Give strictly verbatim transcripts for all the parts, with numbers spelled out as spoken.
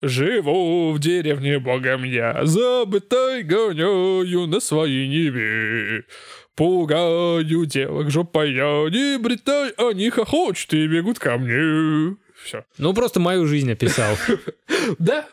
Живу в деревне богом я, забытой гоняю на своей ниве. Пугаю девок жопой я, не бритай, они хохочут и бегут ко мне. Все. Ну, просто мою жизнь описал. Да.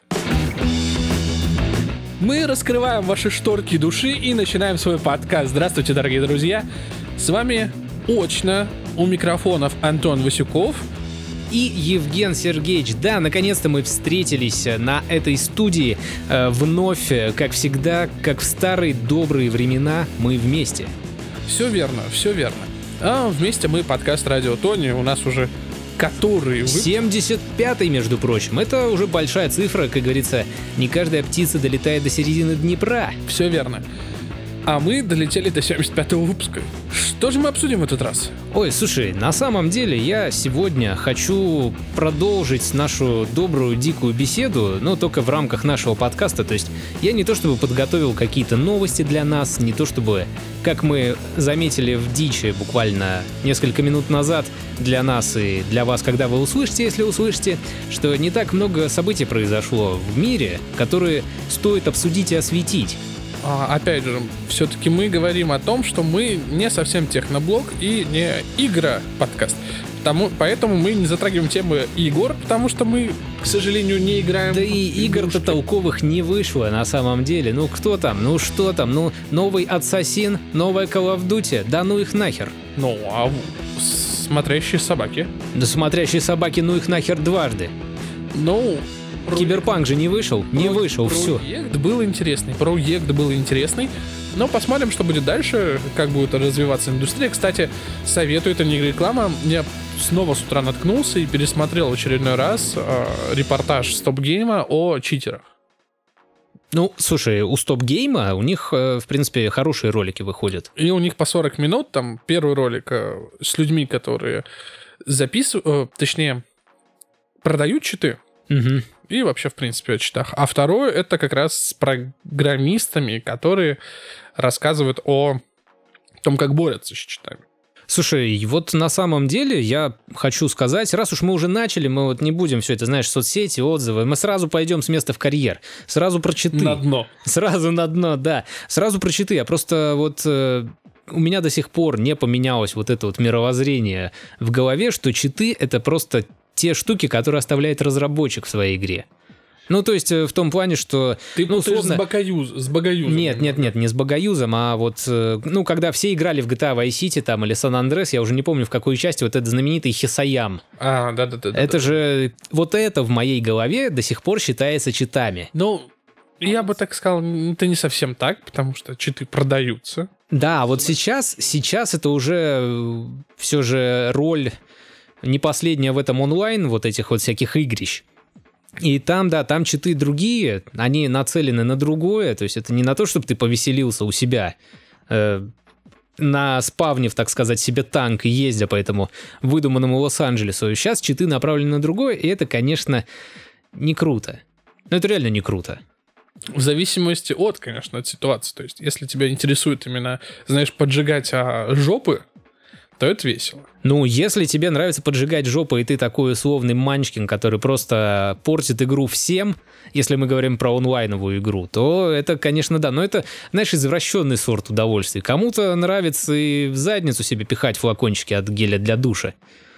Мы раскрываем ваши шторки души и начинаем свой подкаст. Здравствуйте, дорогие друзья. С вами очно у микрофонов Антон Васюков и Евген Сергеевич. Да, наконец-то мы встретились на этой студии э, вновь, как всегда, как в старые добрые времена, мы вместе. Все верно, все верно. А вместе мы подкаст Радио Тони, у нас уже который... Вы... семьдесят пятый, между прочим. Это уже большая цифра, как говорится, не каждая птица долетает до середины Днепра. Все верно. А мы долетели до семьдесят пятого выпуска. Что же мы обсудим в этот раз? Ой, слушай, на самом деле я сегодня хочу продолжить нашу добрую дикую беседу, но только в рамках нашего подкаста. То есть я не то чтобы подготовил какие-то новости для нас, не то чтобы, как мы заметили в дичи буквально несколько минут назад, для нас и для вас, когда вы услышите, если услышите, что не так много событий произошло в мире, которые стоит обсудить и осветить. А, опять же, все-таки мы говорим о том, что мы не совсем техноблог и не игра-подкаст. Потому, поэтому мы не затрагиваем темы игр, потому что мы, к сожалению, не играем. Да и игр-то толковых не вышло на самом деле. Ну кто там, ну что там, ну новый Ассасин, новая Call of Duty, да ну их нахер. Ну, а смотрящие собаки? Да смотрящие собаки, ну их нахер дважды. Ну... Киберпанк же не вышел, не про, вышел, все. Проект был интересный, проект был интересный, но посмотрим, что будет дальше, как будет развиваться индустрия. Кстати, советую, это не реклама, я снова с утра наткнулся и пересмотрел в очередной раз э, репортаж Стоп-гейма о читерах. Ну, слушай, у Стоп-гейма у них, э, в принципе, хорошие ролики выходят. И у них по сорок минут, там, первый ролик э, с людьми, которые записывают, э, точнее, продают читы. Угу. И вообще, в принципе, о читах. А второе, это как раз с программистами, которые рассказывают о том, как борются с читами. Слушай, вот на самом деле я хочу сказать, раз уж мы уже начали, мы вот не будем все это, знаешь, соцсети, отзывы, мы сразу пойдем с места в карьер, сразу про читы. На дно. Сразу на дно, да. Сразу про читы, а просто вот... Э, у меня до сих пор не поменялось вот это вот мировоззрение в голове, что читы — это просто... те штуки, которые оставляет разработчик в своей игре. Ну, то есть, в том плане, что... Ты ну, условно... с, богоюз, с богоюзом. Нет, нет, нет, не с богоюзом, а вот, ну, когда все играли в джи ти эй Vice City там, или San Andreas, я уже не помню, в какой части, вот этот знаменитый Хисаям. А, да-да-да. Это да, же... Да. Вот это в моей голове до сих пор считается читами. Ну, я бы так сказал, это не совсем так, потому что читы продаются. Да, вот сейчас, сейчас это уже все же роль... не последняя в этом онлайн, вот этих вот всяких игрищ. И там, да, там читы другие, они нацелены на другое, то есть это не на то, чтобы ты повеселился у себя, э, на спавнив, так сказать, себе танк и ездя по этому выдуманному Лос-Анджелесу. Сейчас читы направлены на другое, и это, конечно, не круто. Ну, это реально не круто. В зависимости от, конечно, от ситуации. То есть, если тебя интересует именно, знаешь, поджигать а, жопы, то это весело. Ну, если тебе нравится поджигать жопу, и ты такой условный манчкин, который просто портит игру всем, если мы говорим про онлайновую игру, то это, конечно, да. Но это, знаешь, извращенный сорт удовольствия. Кому-то нравится и в задницу себе пихать флакончики от геля для душа.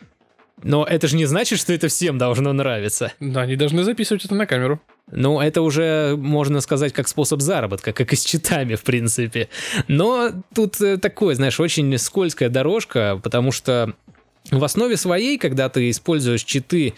Но это же не значит, что это всем должно нравиться. Да, они должны записывать это на камеру. Ну, это уже, можно сказать, как способ заработка, как и с читами, в принципе. Но тут такое, знаешь, очень скользкая дорожка, потому что в основе своей, когда ты используешь читы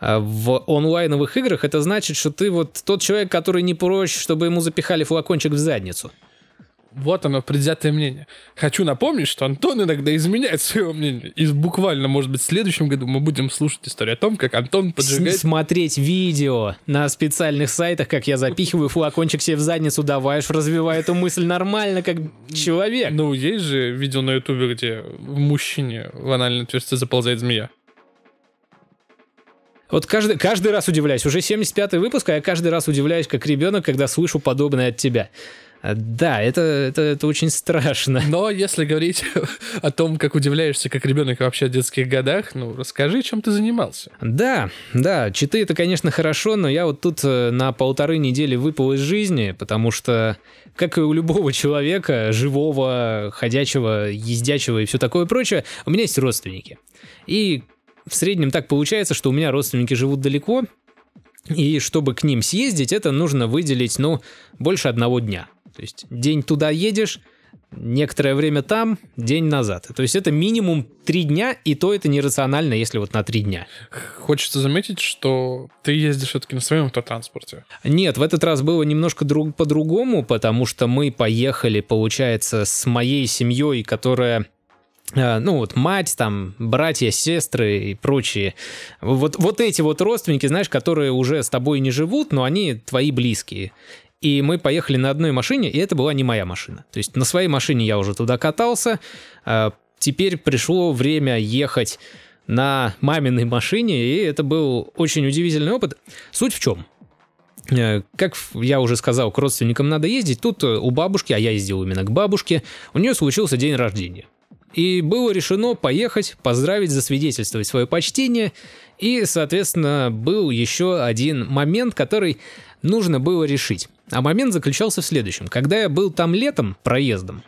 в онлайновых играх, это значит, что ты вот тот человек, который не прочь, чтобы ему запихали флакончик в задницу. Вот оно, предвзятое мнение. Хочу напомнить, что Антон иногда изменяет свое мнение. И буквально, может быть, в следующем году мы будем слушать историю о том, как Антон поджигает... С- смотреть видео на специальных сайтах, как я запихиваю флакончик себе в задницу, давай уж развивай эту мысль нормально, как человек. Ну, есть же видео на ютубе, где в мужчине в анальное отверстие заползает змея. Вот каждый, каждый раз удивляюсь. Уже семьдесят пятый выпуск, а я каждый раз удивляюсь, как ребенок, когда слышу подобное от тебя. Да, это, это, это очень страшно. Но если говорить о том, как удивляешься, как ребенок вообще в детских годах, ну, расскажи, чем ты занимался. Да, да, читы это, конечно, хорошо, но я вот тут на полторы недели выпал из жизни, потому что, как и у любого человека, живого, ходячего, ездячего и все такое прочее, у меня есть родственники. И в среднем так получается, что у меня родственники живут далеко, и чтобы к ним съездить, это нужно выделить, ну, больше одного дня. То есть день туда едешь, некоторое время там, день назад. То есть это минимум три дня, и то это нерационально, если вот на три дня. Хочется заметить, что ты ездишь все-таки на своем автотранспорте. Нет, в этот раз было немножко друг, по-другому, потому что мы поехали, получается, с моей семьей, которая... Ну вот мать, там, братья, сестры и прочие. Вот, вот эти вот родственники, знаешь, которые уже с тобой не живут, но они твои близкие. И мы поехали на одной машине, и это была не моя машина. То есть на своей машине я уже туда катался. Теперь пришло время ехать на маминой машине, и это был очень удивительный опыт. Суть в чем? Как я уже сказал, к родственникам надо ездить. Тут у бабушки, а я ездил именно к бабушке, у нее случился день рождения. И было решено поехать, поздравить, засвидетельствовать свое почтение. И, соответственно, был еще один момент, который нужно было решить. А момент заключался в следующем. Когда я был там летом проездом,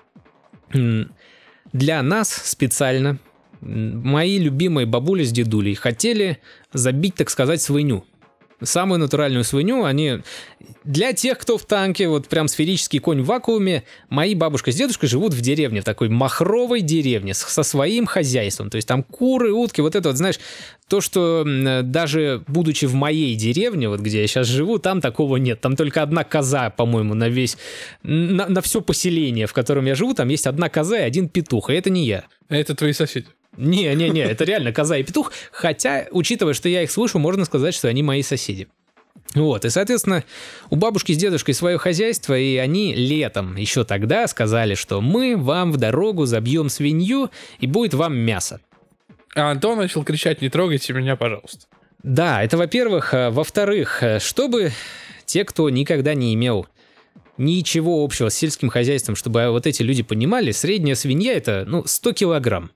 для нас специально мои любимые бабули с дедулей хотели забить, так сказать, свинью. Самую натуральную свинью они... Для тех, кто в танке, вот прям сферический конь в вакууме, мои бабушка с дедушкой живут в деревне, в такой махровой деревне, со своим хозяйством. То есть там куры, утки, вот это вот, знаешь, то, что даже будучи в моей деревне, вот где я сейчас живу, там такого нет. Там только одна коза, по-моему, на весь... На, на все поселение, в котором я живу, там есть одна коза и один петух, и это не я. Это твои соседи? Не-не-не, это реально коза и петух, хотя, учитывая, что я их слышу, можно сказать, что они мои соседи. Вот, и, соответственно, у бабушки с дедушкой свое хозяйство, и они летом еще тогда сказали, что мы вам в дорогу забьем свинью, и будет вам мясо. А Антон начал кричать: не трогайте меня, пожалуйста. Да, это во-первых. Во-вторых, чтобы те, кто никогда не имел ничего общего с сельским хозяйством, чтобы вот эти люди понимали, средняя свинья — это, ну, сто килограмм.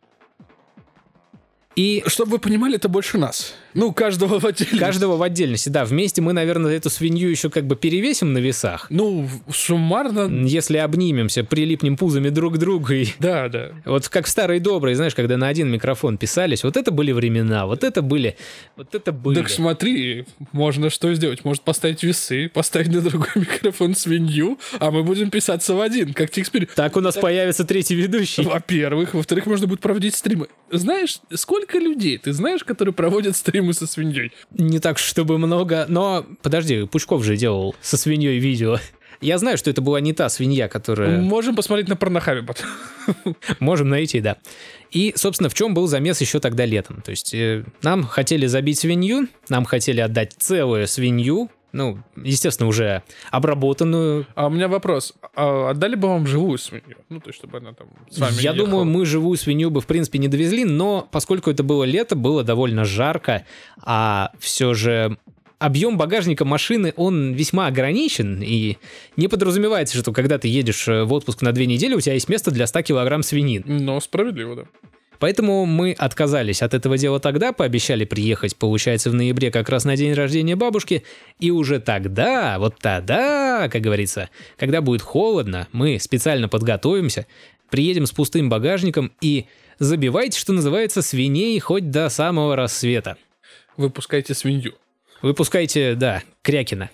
И чтобы вы понимали, это больше нас. Ну, каждого в отдельности. Каждого в отдельности, да. Вместе мы, наверное, эту свинью еще как бы перевесим на весах. Ну, суммарно... Если обнимемся, прилипнем пузами друг к другу. И... Да, да. Вот как в старые добрые, знаешь, когда на один микрофон писались. Вот это были времена, вот это были... Вот это были. Так смотри, можно что сделать? Может поставить весы, поставить на другой микрофон свинью, а мы будем писаться в один, как теперь. Так у нас так... появится третий ведущий. Во-первых. Во-вторых, можно будет проводить стримы. Знаешь, сколько людей, ты знаешь, которые проводят стримы со свиньей? Не так, чтобы много, но... Подожди, Пучков же делал со свиньей видео. Я знаю, что это была не та свинья, которая... Можем посмотреть на порнохабе потом. Можем найти, да. И, собственно, в чем был замес еще тогда летом? То есть э, нам хотели забить свинью, нам хотели отдать целую свинью, ну, естественно, уже обработанную. А у меня вопрос. А отдали бы вам живую свинью? Ну, то есть, чтобы она там с вами Я ехала. думаю, мы живую свинью бы, в принципе, не довезли, но поскольку это было лето, было довольно жарко, а все же объем багажника машины, он весьма ограничен, и не подразумевается, что когда ты едешь в отпуск на две недели, у тебя есть место для ста килограмм свинины. Но справедливо, да. Поэтому мы отказались от этого дела тогда, пообещали приехать, получается, в ноябре как раз на день рождения бабушки, и уже тогда, вот тогда, как говорится, когда будет холодно, мы специально подготовимся, приедем с пустым багажником и забивайте, что называется, свиней хоть до самого рассвета. Выпускайте свинью. Выпускайте, да, крякина.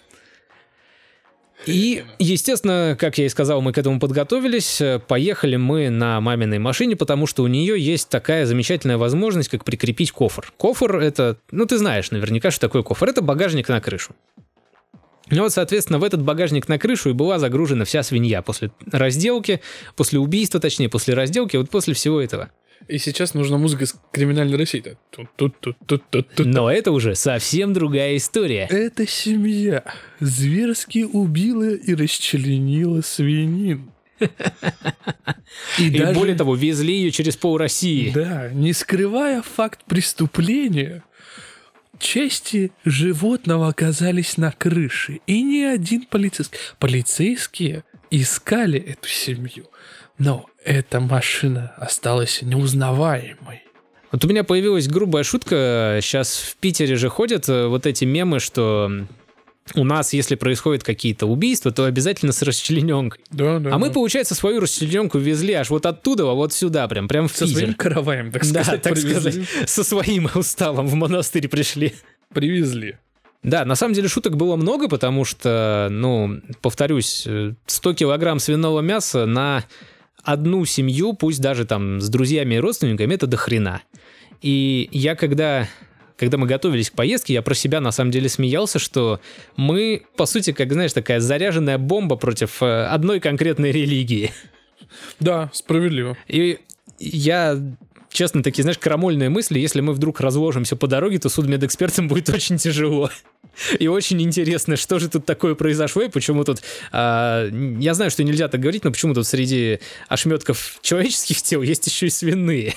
И, естественно, как я и сказал, мы к этому подготовились. Поехали мы на маминой машине, потому что у нее есть такая замечательная возможность, как прикрепить кофр. Кофр — это, ну ты знаешь наверняка, что такое кофр. Это багажник на крышу. Ну вот, соответственно, в этот багажник на крышу и была загружена вся свинья после разделки, после убийства, точнее, после разделки, вот после всего этого. И сейчас нужна музыка из «Криминальной России». Но это уже совсем другая история. Эта семья зверски убила и расчленила свинин. И, и даже... более того, везли ее через пол России. Да, не скрывая факт преступления, части животного оказались на крыше. И ни один полицейский... Полицейские искали эту семью, но эта машина осталась неузнаваемой. Вот у меня появилась грубая шутка. Сейчас в Питере же ходят вот эти мемы, что у нас, если происходят какие-то убийства, то обязательно с расчлененкой. Да, да. А да. мы, получается, свою расчлененку везли аж вот оттуда, а вот сюда, прям, прям в Со Питер. своим караваем, так Да, сказать, так привезли. сказать, со своим уставом в монастырь пришли. Привезли. Да, на самом деле шуток было много, потому что, ну, повторюсь, сто килограмм свиного мяса на одну семью, пусть даже там с друзьями и родственниками, это до хрена. И я когда... Когда мы готовились к поездке, я про себя на самом деле смеялся, что мы, по сути, как, знаешь, такая заряженная бомба против одной конкретной религии. Да, справедливо. И я, честно, такие, знаешь, крамольные мысли, если мы вдруг разложимся по дороге, то судмедэкспертам будет очень тяжело. И очень интересно, что же тут такое произошло, и почему тут... А, я знаю, что нельзя так говорить, но почему тут среди ошметков человеческих тел есть еще и свиные.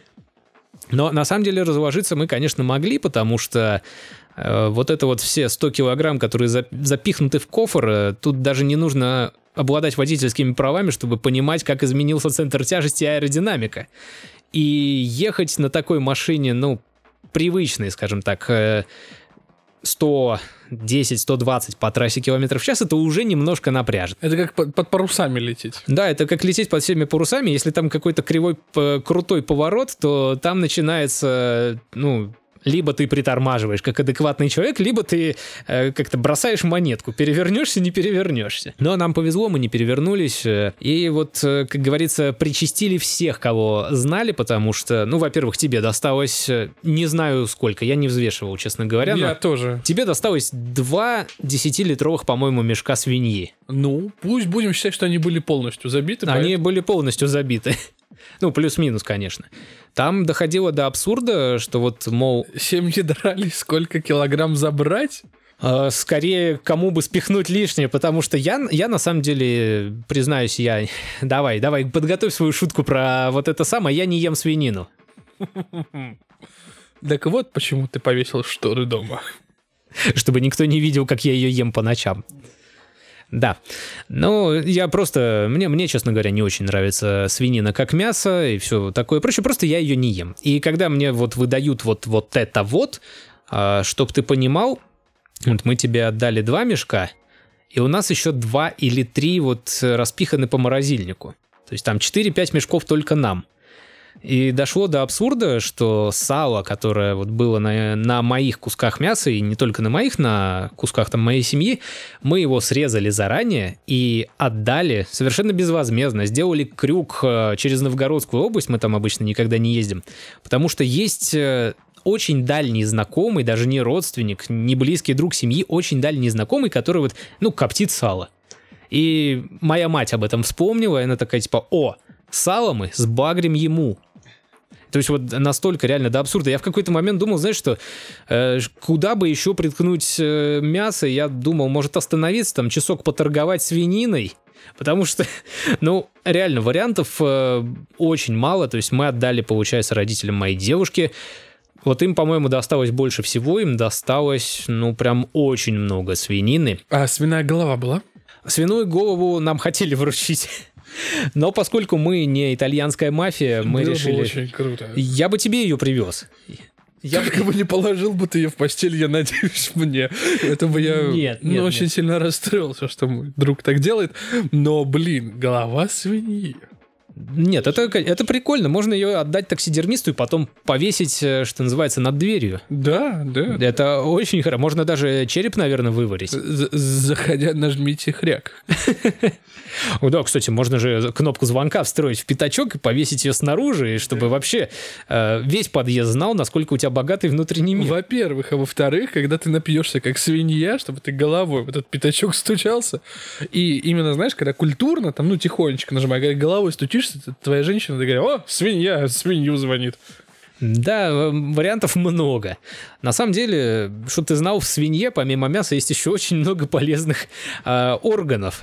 Но на самом деле разложиться мы, конечно, могли, потому что э, вот это вот все сто килограмм, которые за, запихнуты в кофр, э, тут даже не нужно обладать водительскими правами, чтобы понимать, как изменился центр тяжести и аэродинамика. И ехать на такой машине, ну, привычной, скажем так, э, сто десять - сто двадцать по трассе километров в час, это уже немножко напряжет. Это как под, под парусами лететь. Да, это как лететь под всеми парусами. Если там какой-то кривой, п- крутой поворот, то там начинается, ну, либо ты притормаживаешь как адекватный человек, либо ты э, как-то бросаешь монетку. Перевернешься, не перевернешься. Но нам повезло, мы не перевернулись. Э, и вот, э, как говорится, причастили всех, кого знали, потому что, ну, во-первых, тебе досталось, э, не знаю сколько, я не взвешивал, честно говоря. Я но тоже. тебе досталось два десятилитровых, по-моему, мешка свиньи. Ну, пусть будем считать, что они были полностью забиты. Они поэтому... были полностью забиты. Ну, плюс-минус, конечно. Там доходило до абсурда, что вот, мол... Семьи дрались, сколько килограмм забрать? Э, скорее, кому бы спихнуть лишнее, потому что я, я на самом деле, признаюсь, я... Давай, давай, подготовь свою шутку про вот это самое, я не ем свинину. Так вот, почему ты повесил шторы дома. Чтобы никто не видел, как я ее ем по ночам. Да, ну, я просто, мне, мне, честно говоря, не очень нравится свинина как мясо и все такое прочее, просто я ее не ем. И когда мне вот выдают вот, вот это вот, э, чтоб ты понимал, вот мы тебе отдали два мешка, и у нас еще два или три вот распиханы по морозильнику. То есть там четыре-пять мешков только нам. И дошло до абсурда, что сало, которое вот было на, на моих кусках мяса, и не только на моих, на кусках там моей семьи, мы его срезали заранее и отдали совершенно безвозмездно. Сделали крюк через Новгородскую область, мы там обычно никогда не ездим, потому что есть очень дальний знакомый, даже не родственник, не близкий друг семьи, очень дальний знакомый, который вот, ну, коптит сало. И моя мать об этом вспомнила, и она такая типа: о, сало мы сбагрим ему. То есть вот настолько реально до абсурда. Я в какой-то момент думал, знаешь, что э, куда бы еще приткнуть э, мясо, я думал, может остановиться, там часок поторговать свининой, потому что, ну, реально вариантов э, очень мало. То есть мы отдали, получается, родителям моей девушки. Вот им, по-моему, досталось больше всего, им досталось, ну, прям очень много свинины. А свиная голова была? Свиную голову нам хотели вручить. Но поскольку мы не итальянская мафия, мы Было решили... бы очень круто. Я бы тебе ее привез. Я бы бы не положил бы ты ее в постель, я надеюсь, мне. Это бы я Нет, ну, нет, очень нет. сильно расстроился, что мой друг так делает. Но, блин, голова свиньи. Нет, это, это прикольно. Можно ее отдать таксидермисту и потом повесить, э, что называется, над дверью. Да, да. Это очень хорошо. Можно даже череп, наверное, выварить. З- Заходя, нажмите хряк. О, да, кстати, можно же кнопку звонка встроить в пятачок и повесить ее снаружи, и чтобы вообще э, весь подъезд знал, насколько у тебя богатый внутренний мир. Во-первых, а во-вторых, когда ты напьешься как свинья, чтобы ты головой в этот пятачок стучался, и именно, знаешь, когда культурно, там, ну, тихонечко нажимая, когда головой стучишься, то твоя женщина, ты говоришь: о, свинья, свинью звонит. Да, э, вариантов много. На самом деле, что ты знал, в свинье, помимо мяса, есть еще очень много полезных э, органов.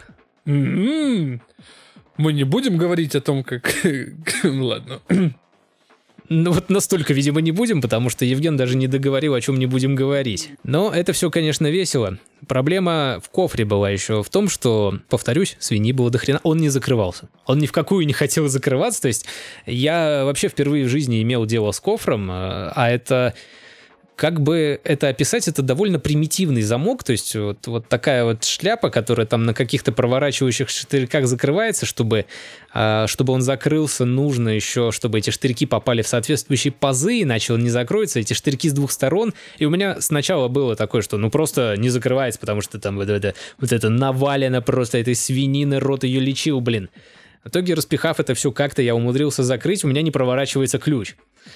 М-м. Мы не будем говорить о том, как... Ну, ладно. Ну вот настолько, видимо, не будем, потому что Евген даже не договорил, о чем не будем говорить. Но это все, конечно, весело. Проблема в кофре была еще в том, что, повторюсь, свиньи было до хрена. Он не закрывался. Он ни в какую не хотел закрываться. То есть я вообще впервые в жизни имел дело с кофром, а это... Как бы это описать, это довольно примитивный замок, то есть вот, вот такая вот шляпа, которая там на каких-то проворачивающих штырьках закрывается, чтобы, э, чтобы он закрылся, нужно еще, чтобы эти штырьки попали в соответствующие пазы, иначе он не закроется, эти штырьки с двух сторон, и у меня сначала было такое, что ну просто не закрывается, потому что там вот это, вот это навалено просто этой свинины, рот ее лечил, блин. В итоге, распихав это все как-то, я умудрился закрыть, у меня не проворачивается ключ.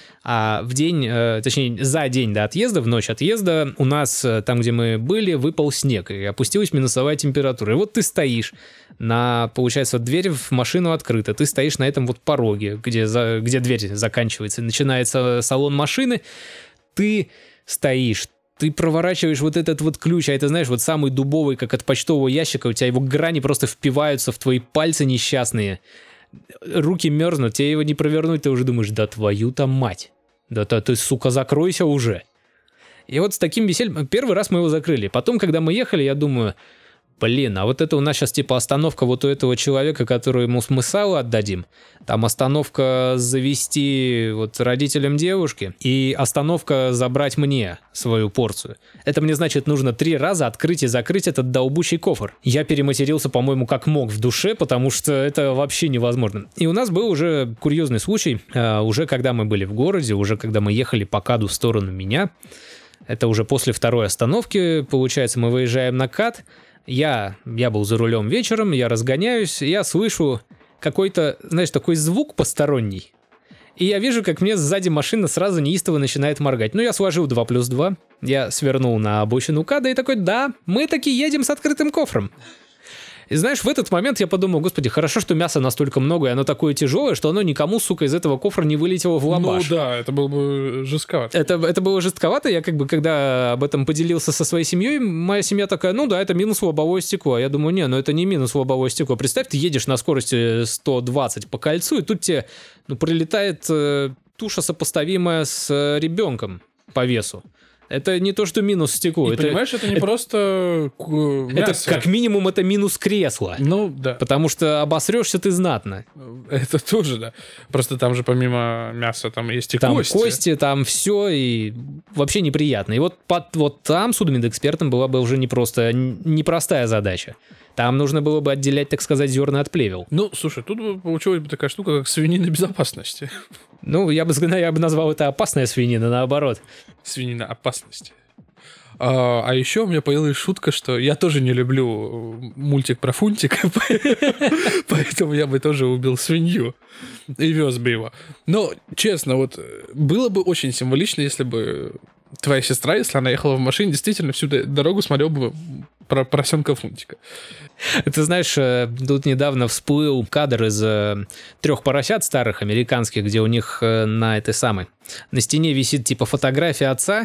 А в день, э, точнее, за день до отъезда, в ночь отъезда, у нас, э, там, где мы были, выпал снег, и опустилась минусовая температура. И вот ты стоишь, на, получается, дверь в машину открыта, ты стоишь на этом вот пороге, где, за, где дверь заканчивается, начинается салон машины, ты стоишь, ты проворачиваешь вот этот вот ключ, а это, знаешь, вот самый дубовый, как от почтового ящика, у тебя его грани просто впиваются в твои пальцы несчастные. Руки мерзнут, тебе его не провернуть, ты уже думаешь, да твою-то мать, да ты, ты, сука, закройся уже. И вот с таким весельем, первый раз мы его закрыли, потом, когда мы ехали, я думаю, блин, а вот это у нас сейчас типа остановка вот у этого человека, который ему мы сало отдадим, там остановка завести вот родителям девушки и остановка забрать мне свою порцию. Это мне, значит, нужно три раза открыть и закрыть этот долбучий кофр. Я перематерился, по-моему, как мог в душе, потому что это вообще невозможно. И у нас был уже курьезный случай, э, уже когда мы были в городе, уже когда мы ехали по КАДу в сторону меня, это уже после второй остановки, получается, мы выезжаем на КАД. Я, я был за рулем вечером, я разгоняюсь, я слышу какой-то, знаешь, такой звук посторонний. И я вижу, как мне сзади машина сразу неистово начинает моргать. Ну, я сложил два плюс два, я свернул на обочину КАДа и такой, да, мы таки едем с открытым кофром. И знаешь, в этот момент я подумал, господи, хорошо, что мяса настолько много, и оно такое тяжелое, что оно никому, сука, из этого кофра не вылетело в лабаш. Ну да, это было бы жестковато. Это, это было жестковато, я как бы, когда об этом поделился со своей семьей, моя семья такая, ну да, это минус лобовое стекло. Я думаю, не, ну это не минус лобовое стекло. Представь, ты едешь на скорости сто двадцать по кольцу, и тут тебе ну, прилетает э, туша, сопоставимая с э, ребенком по весу. Это не то, что минус стекло. И, это, понимаешь, это не это, просто мясо. Это как минимум это минус кресло. Ну, да. Потому что обосрешься ты знатно. Это тоже, да. Просто там же помимо мяса там есть и там кости. Там кости, там все, и вообще неприятно. И вот, под, вот там судмедэкспертом была бы уже не просто, непростая задача. Там нужно было бы отделять, так сказать, зерна от плевел. Ну, слушай, тут получилась бы такая штука, как свинина безопасности. Ну, я бы, я бы назвал это опасная свинина, наоборот. Свинина опасности. А, а еще у меня появилась шутка, что я тоже не люблю мультик про Фунтика, поэтому я бы тоже убил свинью и вез бы его. Но, честно, вот было бы очень символично, если бы твоя сестра, если она ехала в машине, действительно всю дорогу смотрела бы про поросенка Фунтика. Ты знаешь, тут недавно всплыл кадр из э, трех поросят старых американских, где у них э, на этой самой, на стене висит типа фотография отца,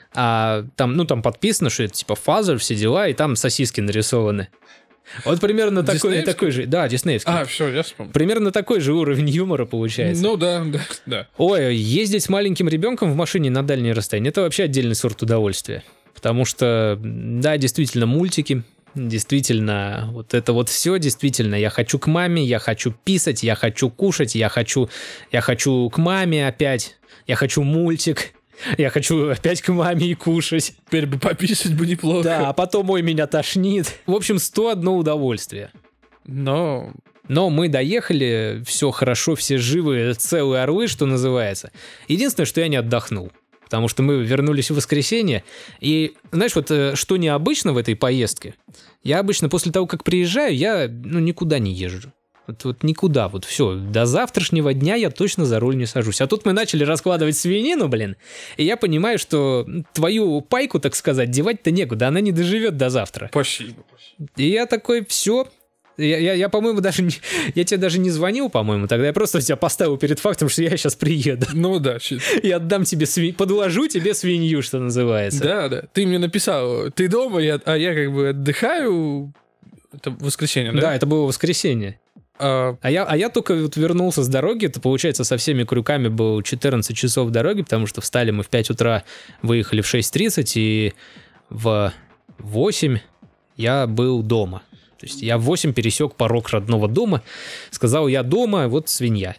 а там, ну, там подписано, что это типа father, все дела, и там сосиски нарисованы. Вот примерно такой, такой же... Да, диснеевский. А, все, я вспомнил. Примерно такой же уровень юмора получается. Ну да, да, да. Ой, ездить с маленьким ребенком в машине на дальние расстояния, это вообще отдельный сорт удовольствия. Потому что, да, действительно, мультики, действительно, вот это вот все, действительно, я хочу к маме, я хочу писать, я хочу кушать, я хочу, я хочу к маме опять, я хочу мультик. Я хочу опять к маме и кушать. Теперь бы пописать бы неплохо. Да, а потом, ой, меня тошнит. В общем, сто одно удовольствие. Но... Но мы доехали, все хорошо, все живы, целые орлы, что называется. Единственное, что я не отдохнул. Потому что мы вернулись в воскресенье. И, знаешь, вот что необычно в этой поездке, я обычно после того, как приезжаю, я ну, никуда не езжу. Вот, вот никуда, вот все, до завтрашнего дня я точно за руль не сажусь. А тут мы начали раскладывать свинину, блин, и я понимаю, что твою пайку, так сказать, девать-то некуда, она не доживет до завтра. Спасибо. И я такой, все, я, я, я по-моему, даже не, я тебе даже не звонил, по-моему, тогда я просто тебя поставил перед фактом, что я сейчас приеду. Ну да. И отдам тебе свинью, подложу тебе свинью, что называется. Да, да, ты мне написал, ты дома, я, а я как бы отдыхаю, это воскресенье, да? Да, это было воскресенье. А, А я, а я только вот вернулся с дороги, это, получается, со всеми крюками был четырнадцать часов дороги, потому что встали мы в пять утра, выехали в шесть тридцать, и в восемь я был дома. То есть я в восемь пересек порог родного дома, сказал, я дома, вот свинья.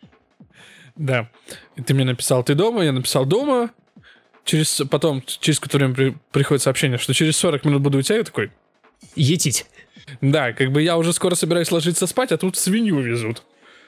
да. И ты мне написал, ты дома, я написал дома. Через, потом, через которое время при, приходит сообщение, что через сорок минут буду у тебя, я такой... Етить. Да, как бы я уже скоро собираюсь ложиться спать, а тут свинью везут.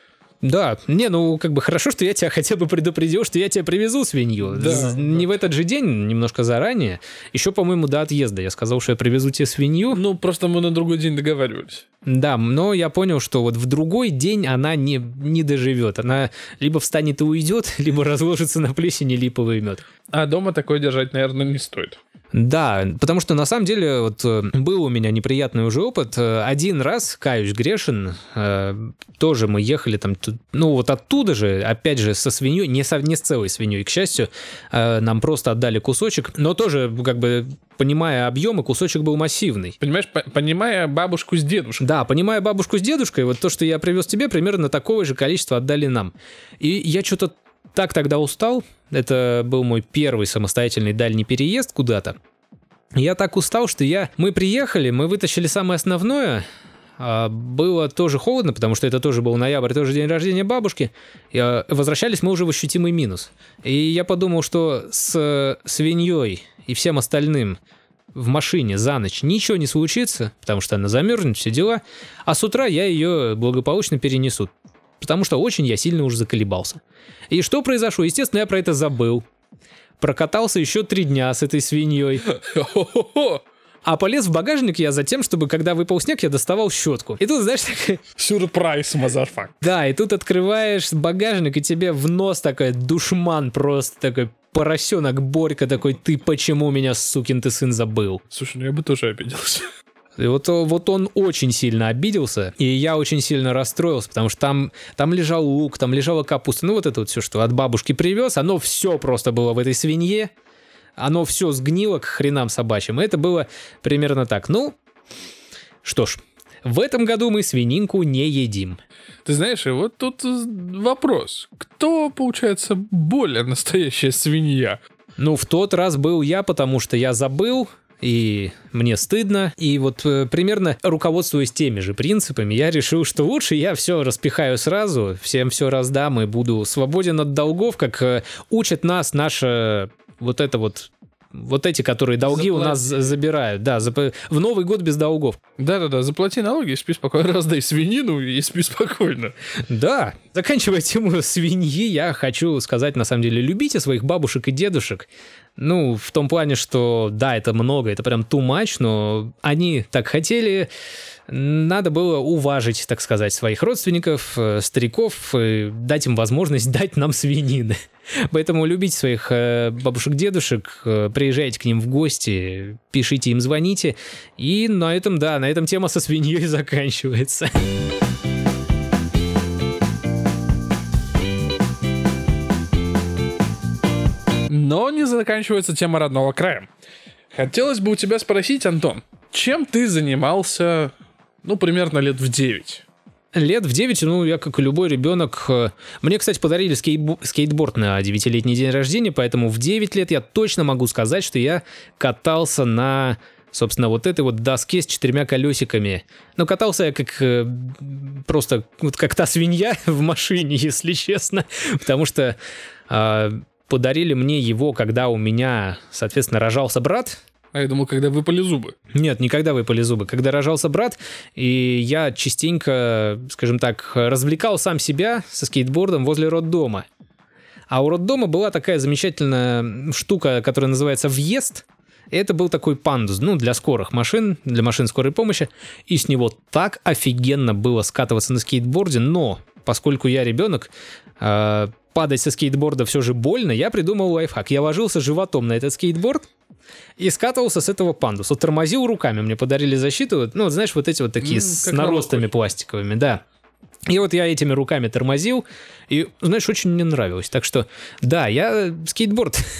Да, не, ну как бы хорошо, что я тебя хотя бы предупредил, что я тебе привезу свинью. Да, З- Не да. в этот же день, немножко заранее. Еще, по-моему, до отъезда я сказал, что я привезу тебе свинью. Ну, просто мы на другой день договаривались. Да, но я понял, что вот в другой день она не, не доживет. Она либо встанет и уйдет, либо разложится на плесени липовый мед. А дома такое держать, наверное, не стоит. Да, потому что на самом деле вот э, был у меня неприятный уже опыт. Э, Один раз, каюсь грешен, э, тоже мы ехали там, ту- ну вот оттуда же, опять же, со свиньей, не, со, не с целой свиньей, к счастью, э, нам просто отдали кусочек, но тоже как бы понимая объемы, кусочек был массивный. Понимаешь, по- понимая бабушку с дедушкой. Да, понимая бабушку с дедушкой, вот то, что я привез тебе, примерно такого же количества отдали нам. И я что-то так тогда устал. Это был мой первый самостоятельный дальний переезд куда-то. Я так устал, что я... Мы приехали, мы вытащили самое основное. А было тоже холодно, потому что это тоже был ноябрь, тоже день рождения бабушки. И, а, возвращались мы уже в ощутимый минус. И я подумал, что с свиньей и всем остальным в машине за ночь ничего не случится, потому что она замерзнет, все дела. А с утра я ее благополучно перенесу. Потому что очень я сильно уже заколебался. И что произошло? Естественно, я про это забыл. Прокатался еще три дня с этой свиньей. Хо-хо-хо! А полез в багажник я за тем, чтобы, когда выпал снег, я доставал щетку. И тут, знаешь, так... Сюрприз, мазарфак. Да, и тут открываешь багажник, и тебе в нос такой душман просто такой поросенок Борька такой, ты почему меня, сукин ты сын, забыл? Слушай, ну я бы тоже обиделся. И вот, вот он очень сильно обиделся, и я очень сильно расстроился, потому что там, там лежал лук, там лежала капуста, ну вот это вот все, что от бабушки привез, оно все просто было в этой свинье, оно все сгнило к хренам собачьим, и это было примерно так. Ну, что ж, в этом году мы свининку не едим. Ты знаешь, и вот тут вопрос. Кто, получается, более настоящая свинья? Ну, в тот раз был я, потому что я забыл, и мне стыдно, и вот э, примерно руководствуясь теми же принципами, я решил, что лучше я все распихаю сразу, всем все раздам и буду свободен от долгов, как э, учат нас наша вот это вот, вот эти, которые долги у нас за- забирают, да, зап- в Новый год без долгов. Да-да-да, заплати налоги, спи спокойно, раздай свинину и спи спокойно. Да, заканчивая тему свиньи, я хочу сказать, на самом деле, любите своих бабушек и дедушек. Ну, в том плане, что да, это много, это прям too much, но они так хотели, надо было уважить, так сказать, своих родственников, э, стариков, и дать им возможность дать нам свинины. Поэтому любите своих э, бабушек-дедушек, э, приезжайте к ним в гости, пишите им, звоните. И на этом, да, на этом тема со свиньей заканчивается. Но не заканчивается тема родного края. Хотелось бы у тебя спросить, Антон, чем ты занимался, ну, примерно лет в девять? Лет в девять, ну, я как и любой ребенок... э, Мне, кстати, подарили скейтбо- скейтборд на девятилетний день рождения, поэтому в девять лет я точно могу сказать, что я катался на, собственно, вот этой вот доске с четырьмя колесиками. Ну, катался я как... э, просто вот как та свинья в машине, если честно, потому что э, подарили мне его, когда у меня, соответственно, рожался брат. А я думал, когда выпали зубы. Нет, никогда выпали зубы. Когда рожался брат, и я частенько, скажем так, развлекал сам себя со скейтбордом возле роддома. А у роддома была такая замечательная штука, которая называется «Въезд». Это был такой пандус, ну, для скорых машин, для машин скорой помощи. И с него так офигенно было скатываться на скейтборде, но поскольку я ребенок, э, падать со скейтборда все же больно, я придумал лайфхак. Я ложился животом на этот скейтборд и скатывался с этого пандуса. Тормозил руками, мне подарили защиту, ну, вот, знаешь, вот эти вот такие М, с как наростами на локоть. пластиковыми, да. И вот я этими руками тормозил, и, знаешь, очень мне нравилось. Так что, да, я скейтборд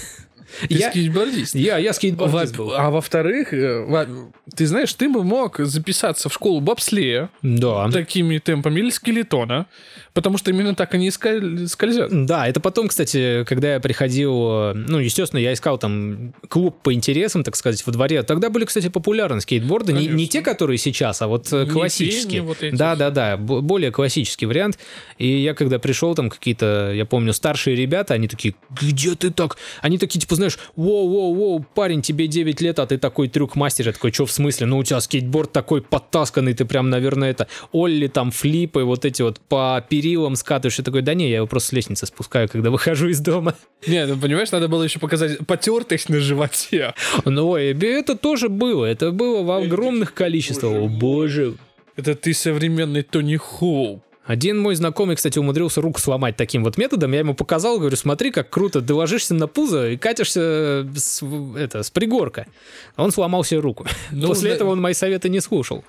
Ты Я- скейтбордист. Я, я скейтбордист Во- был. А во-вторых, э, во- ты знаешь, ты бы мог записаться в школу бобслея Да. такими темпами или скелетона, потому что именно так они и скаль- скользят. Да, это потом, кстати, когда я приходил, ну, естественно, я искал там клуб по интересам, так сказать, во дворе. Тогда были, кстати, популярны скейтборды, не, не Конечно. те, которые сейчас, а вот э, Не классические. пенни вот эти. Да-да-да, б- более классический вариант. И я когда пришел, там какие-то, я помню, старшие ребята, они такие, где ты так? Они такие, типа, знаешь, воу-воу-воу, парень, тебе девять лет, а ты такой трюк-мастер. Я такой, что в смысле? Ну, у тебя скейтборд такой подтасканный, ты прям, наверное, это, Олли, там, флипы, вот эти вот по перилам скатываешь. Я такой, да не, я его просто с лестницы спускаю, когда выхожу из дома. Нет, ну, понимаешь, надо было еще показать потертость на животе. Ну, и это тоже было, это было в огромных количествах. О, боже. Это ты современный Тони Хоук. Один мой знакомый, кстати, умудрился руку сломать таким вот методом. Я ему показал, говорю, смотри, как круто, ты ложишься на пузо и катишься с, это, с пригорка. А он сломал себе руку. Ну, После да. этого он мои советы не слушал.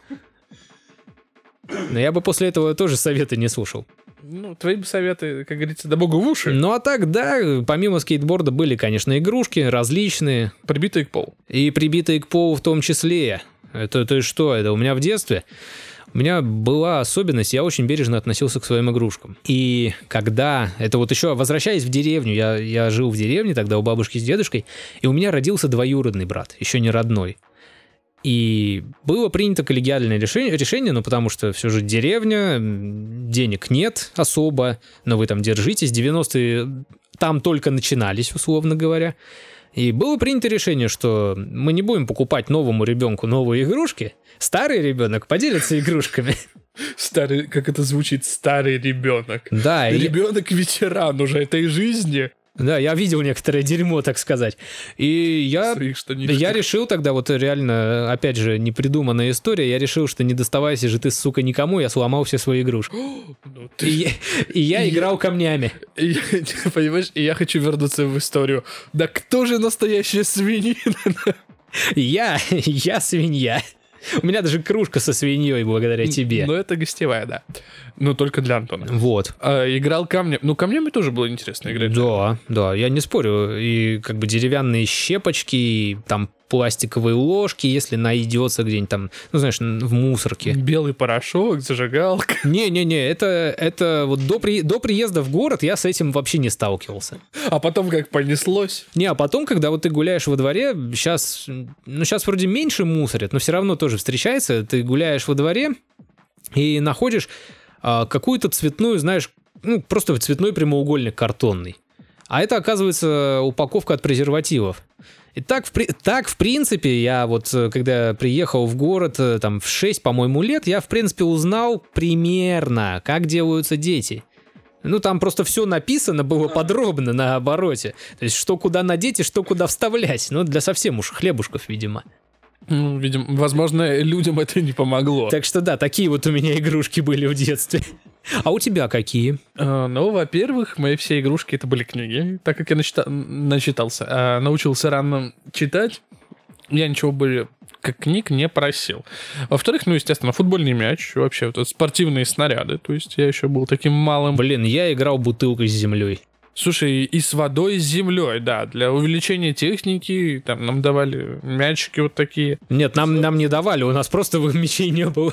Но я бы после этого тоже советы не слушал. Ну, твои бы советы, как говорится, да богу в уши. Ну а так, да, помимо скейтборда были, конечно, игрушки различные. Прибитые к полу. И прибитые к полу в том числе. Это, это что? Это у меня в детстве у меня была особенность, я очень бережно относился к своим игрушкам. И когда, это вот еще, возвращаясь в деревню, я, я жил в деревне тогда у бабушки с дедушкой, и у меня родился двоюродный брат, еще не родной. И было принято коллегиальное решение, решение, ну потому что все же деревня, денег нет особо, но вы там держитесь, девяностые там только начинались, условно говоря. И было принято решение, что мы не будем покупать новому ребенку новые игрушки, старый ребенок поделится игрушками. Старый, как это звучит, старый ребенок. Да, и- Ребенок-ветеран уже этой жизни. да, я видел некоторое дерьмо, так сказать. И я... Своих штанишках. Я решил тогда, вот реально, опять же, непридуманная история, я решил, что не доставайся же ты, сука, никому, я сломал все свои игрушки. Ну, И, ты- я- и я И- играл камнями. И я- понимаешь, и я хочу вернуться в историю. Да кто же настоящая свинина? Я, я свинья. У меня даже кружка со свиньей благодаря тебе. Ну, это гостевая, да. Но только для Антона. Вот. А, играл камнем. Ну, камнями тоже было интересно играть. Да, да, я не спорю. И как бы деревянные щепочки, и там пластиковые ложки, если найдется где-нибудь там, ну, знаешь, в мусорке. Белый порошок, зажигалка. Не-не-не, это, это вот до, при, до приезда в город я с этим вообще не сталкивался. А потом как понеслось. Не, а потом, когда вот ты гуляешь во дворе, сейчас, ну, сейчас вроде меньше мусорят, но все равно тоже встречается, ты гуляешь во дворе и находишь а, какую-то цветную, знаешь, ну, просто цветной прямоугольник картонный. А это, оказывается, упаковка от презервативов. И так, в, при- так, в принципе, я вот, э, когда приехал в город, э, там, в шесть, по-моему, лет, я, в принципе, узнал примерно, как делаются дети. Ну, там просто все написано было подробно на обороте. То есть, что куда надеть и что куда вставлять. Ну, для совсем уж хлебушков, видимо. Ну, видимо, возможно, людям это не помогло. Так что да, такие вот у меня игрушки были в детстве. А у тебя какие? А, ну, во-первых, мои все игрушки это были книги, так как я начита- начитался, а научился рано читать, я ничего более как книг не просил. Во-вторых, ну, естественно, футбольный мяч, вообще вот это спортивные снаряды, то есть я еще был таким малым. Блин, я играл бутылкой с землей. Слушай, и с водой, и с землей, да, для увеличения техники, там нам давали мячики вот такие. Нет, нам, нам не давали, у нас просто мячей не было.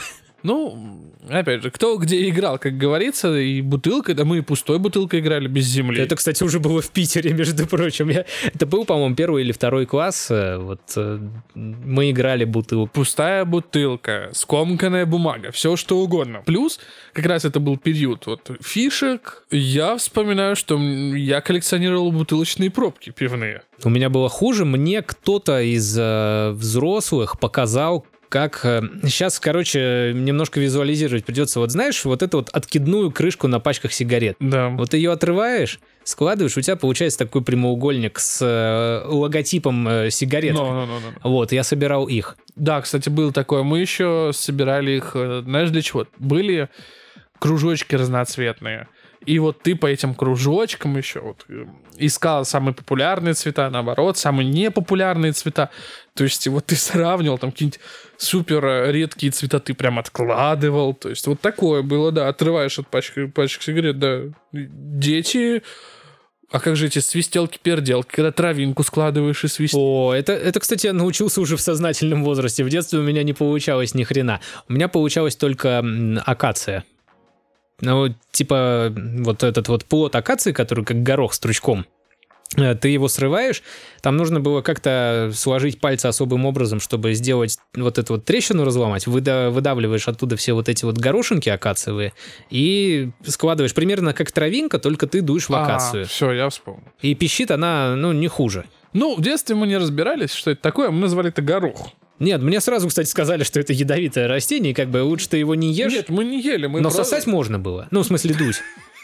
Ну, опять же, кто где играл, как говорится, и бутылкой, да мы и пустой бутылкой играли, без земли. Это, кстати, уже было в Питере, между прочим. Я... Это был, по-моему, первый или второй класс. э, Вот э, мы играли бутылку. Пустая бутылка, скомканная бумага, все что угодно. Плюс, как раз это был период вот фишек. Я вспоминаю, что м, я коллекционировал бутылочные пробки пивные. У меня было хуже. Мне кто-то из э, взрослых показал, как... э, Сейчас, короче, немножко визуализировать придется. Вот знаешь, вот эту вот откидную крышку на пачках сигарет. Да. Вот ее отрываешь, складываешь, у тебя получается такой прямоугольник с э, логотипом э, сигарет. Но, но, но, но. Вот, я собирал их. Да, кстати, было такое. Мы еще собирали их, э, знаешь, для чего? Были кружочки разноцветные. И вот ты по этим кружочкам еще вот э, искал самые популярные цвета, наоборот, самые непопулярные цвета. То есть вот ты сравнивал там какие-нибудь супер редкие цвета, ты прям откладывал. То есть вот такое было, да, отрываешь от пачки, пачек сигарет, да. Дети А как же эти свистелки-перделки, когда травинку складываешь и свистишь? О, это, это, кстати, я научился уже в сознательном возрасте. В детстве у меня не получалось ни хрена. У меня получалась только м, акация. Ну, типа, вот этот вот плод акации, который как горох стручком, ты его срываешь, там нужно было как-то сложить пальцы особым образом, чтобы сделать вот эту вот трещину разломать, выда- выдавливаешь оттуда все вот эти вот горошинки акациевые и складываешь примерно как травинка, только ты дуешь в акацию. А, все, я вспомнил. И пищит она, ну, не хуже. Ну, в детстве мы не разбирались, что это такое, мы назвали это горох. Нет, мне сразу, кстати, сказали, что это ядовитое растение, и как бы лучше ты его не ешь. Нет, мы не ели, мы но просто... сосать можно было. Ну, в смысле, дуть.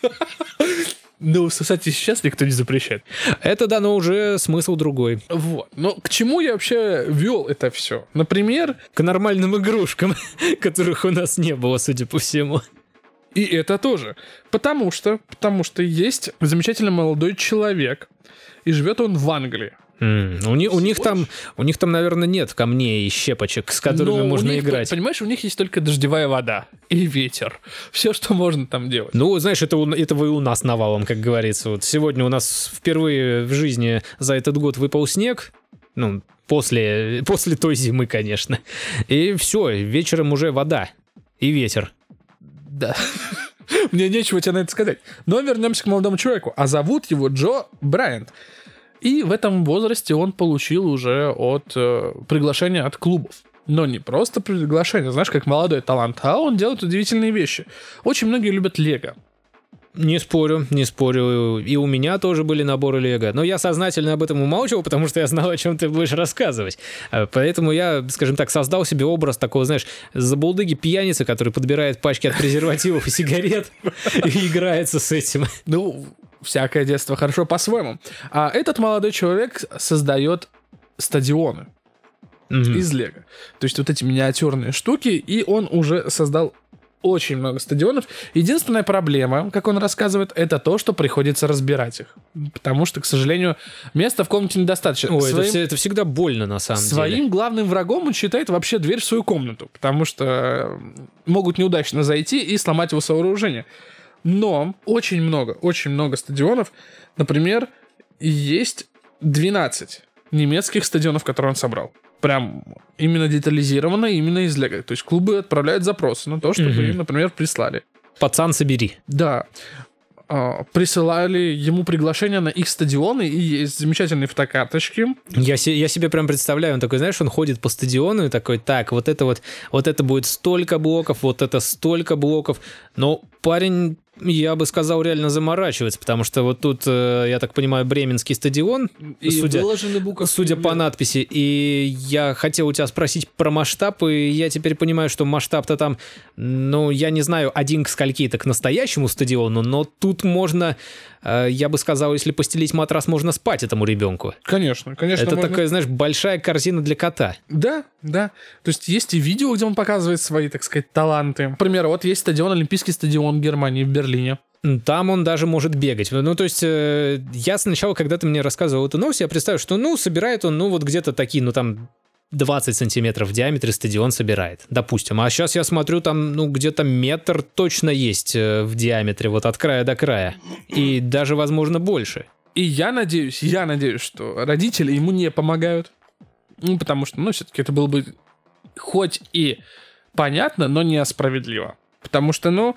Ну, сосать и сейчас никто не запрещает. Это, да, но уже смысл другой. Вот. Но к чему я вообще вел это все? Например... К нормальным игрушкам, которых у нас не было, судя по всему. И это тоже. Потому что, потому что есть замечательный молодой человек, и живет он в Англии. Mm. У, них, у, них там, у них там, наверное, нет камней и щепочек, с которыми Но можно у них, играть. Понимаешь, у них есть только дождевая вода и ветер. Все, что можно там делать. Ну, знаешь, это, у- этого и у нас навалом, как говорится. Вот сегодня у нас впервые в жизни за этот год выпал снег. Ну, после, после той зимы, конечно. И все, вечером уже вода и ветер. Да. Мне нечего тебе на это сказать. Но вернемся к молодому человеку. А зовут его Джо Брайант. И в этом возрасте он получил уже от э, приглашения от клубов. Но не просто приглашение, знаешь, как молодой талант, а он делает удивительные вещи. Очень многие любят Лего. Не спорю, не спорю. И у меня тоже были наборы Лего. Но я сознательно об этом умалчивал, потому что я знал, о чем ты будешь рассказывать. Поэтому я, скажем так, создал себе образ такого, знаешь, забулдыги-пьяницы, который подбирает пачки от презервативов и сигарет и играется с этим. Ну, всякое детство хорошо по-своему. А этот молодой человек создает стадионы Мгм. из Лего. То есть вот эти миниатюрные штуки, и он уже создал очень много стадионов. Единственная проблема, как он рассказывает, это то, что приходится разбирать их. Потому что, к сожалению, места в комнате недостаточно. Ой, это, Своим- все- это всегда больно, на самом Своим деле. главным врагом он считает вообще дверь в свою комнату, потому что э, могут неудачно зайти и сломать его сооружение. Но очень много, очень много стадионов. Например, есть двенадцать немецких стадионов, которые он собрал. Прям именно детализированно, именно из Лего. То есть клубы отправляют запросы на то, чтобы Мгм. им, например, прислали. Пацан, собери. Да. А, присылали ему приглашения на их стадионы, и есть замечательные фотокарточки. Я, се- я себе прям представляю, он такой, знаешь, он ходит по стадиону и такой, так, вот это вот, вот это будет столько блоков, вот это столько блоков. Но парень, я бы сказал, реально заморачивается, потому что вот тут, э, я так понимаю, Бременский стадион, И судя, выложены буковки. судя по надписи, и я хотел у тебя спросить про масштаб, и я теперь понимаю, что масштаб-то там, ну, я не знаю, один к скольки, так к настоящему стадиону, но тут можно, э, я бы сказал, если постелить матрас, можно спать этому ребенку. Конечно, конечно. Это можно- такая, знаешь, большая корзина для кота. Да, да. То есть есть и видео, где он показывает свои, так сказать, таланты. Например, вот есть стадион, Олимпийский стадион в Германии, в Берлине. Там он даже может бегать. Ну, то есть, э, я сначала, когда ты мне рассказывал эту новость, я представил, что, ну, собирает он, ну, вот где-то такие, ну, там, двадцать сантиметров в диаметре стадион собирает, допустим. А сейчас я смотрю, там, ну, где-то метр точно есть э, в диаметре, вот от края до края. И даже, возможно, больше. И я надеюсь, я надеюсь, что родители ему не помогают. Ну, потому что, ну, все-таки это было бы хоть и понятно, но несправедливо. Потому что, ну,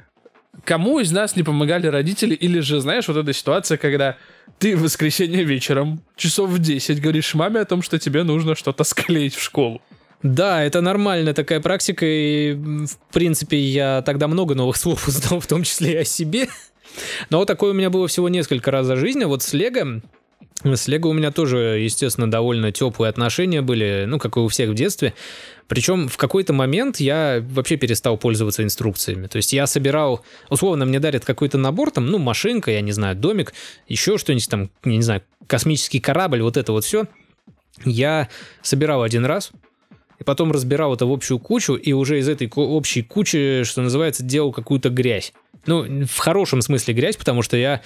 кому из нас не помогали родители? Или же, знаешь, вот эта ситуация, когда ты в воскресенье вечером, часов в десять, говоришь маме о том, что тебе нужно что-то склеить в школу. Да, это нормальная такая практика, и, м, в принципе, я тогда много новых слов узнал, в том числе и о себе. Но вот такое у меня было всего несколько раз за жизнь, а вот с Лего... С Лего у меня тоже, естественно, довольно теплые отношения были, ну, как и у всех в детстве. Причем в какой-то момент я вообще перестал пользоваться инструкциями. То есть я собирал, условно, мне дарят какой-то набор, там, ну, машинка, я не знаю, домик, еще что-нибудь там, я не знаю, космический корабль, вот это вот все. Я собирал один раз, и потом разбирал это в общую кучу, и уже из этой ку- общей кучи, что называется, делал какую-то грязь. Ну, в хорошем смысле грязь, потому что я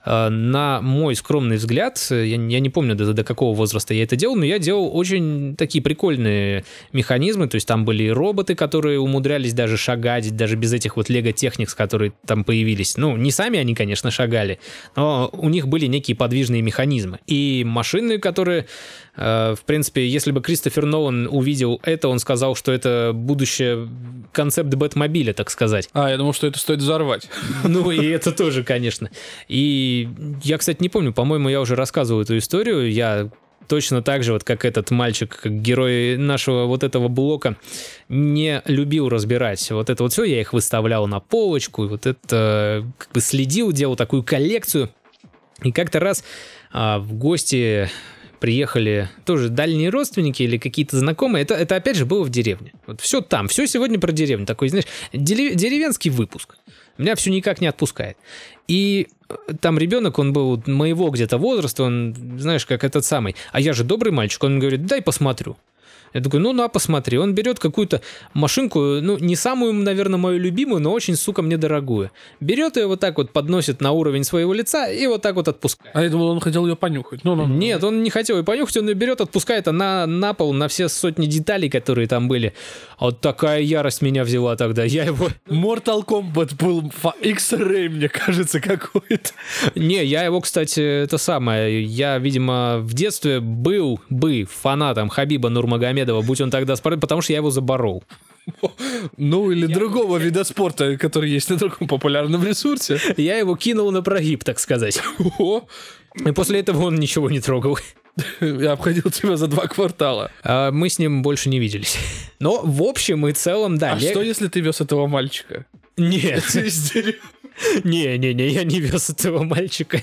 на мой скромный взгляд, я, я не помню, до, до какого возраста я это делал, но я делал очень такие прикольные механизмы, то есть там были роботы, которые умудрялись даже шагать, даже без этих вот Lego Technics, которые там появились. Ну, не сами они, конечно, шагали, но у них были некие подвижные механизмы. И машины, которые, э, в принципе, если бы Кристофер Нолан увидел это, он сказал, что это будущее концепт Бэтмобиля, так сказать. А, я думал, что это стоит взорвать. Ну, и это тоже, конечно. И я, кстати, не помню, по-моему, я уже рассказывал эту историю. Я точно так же, вот как этот мальчик, как герой нашего вот этого блока, не любил разбирать вот это вот все. Я их выставлял на полочку, и вот это как бы следил, делал такую коллекцию. И как-то раз а, в гости приехали тоже дальние родственники или какие-то знакомые. Это, это опять же было в деревне. Вот все там, все сегодня про деревню. Такой, знаешь, деревенский выпуск. Меня все никак не отпускает. И там ребенок, он был моего где-то возраста, он, знаешь, как этот самый. А я же добрый мальчик, он говорит, дай посмотрю. Я такой, ну на, посмотри. Он берет какую-то машинку, ну не самую, наверное, мою любимую, но очень, сука, мне дорогую. Берет ее вот так вот, подносит на уровень своего лица и вот так вот отпускает. А я думал, он хотел ее понюхать. Ну, ну. Нет, он не хотел ее понюхать, он ее берет, отпускает она на пол, на все сотни деталей, которые там были. А вот такая ярость меня взяла тогда. Я его... Mortal Kombat был X-Ray, мне кажется, какой-то. Не, я его, кстати, это самое, я, видимо, в детстве был бы фанатом Хабиба Нурмагомедова, будь он тогда спортсмен, потому что я его заборол. Ну, или я другого я... вида спорта, который есть на другом популярном ресурсе. Я его кинул на прогиб, так сказать. О! И после этого он ничего не трогал. Я обходил тебя за два квартала. А мы с ним больше не виделись. Но в общем и целом, да. А я... что, если ты вез этого мальчика? Нет. Не-не-не, я не вез этого мальчика.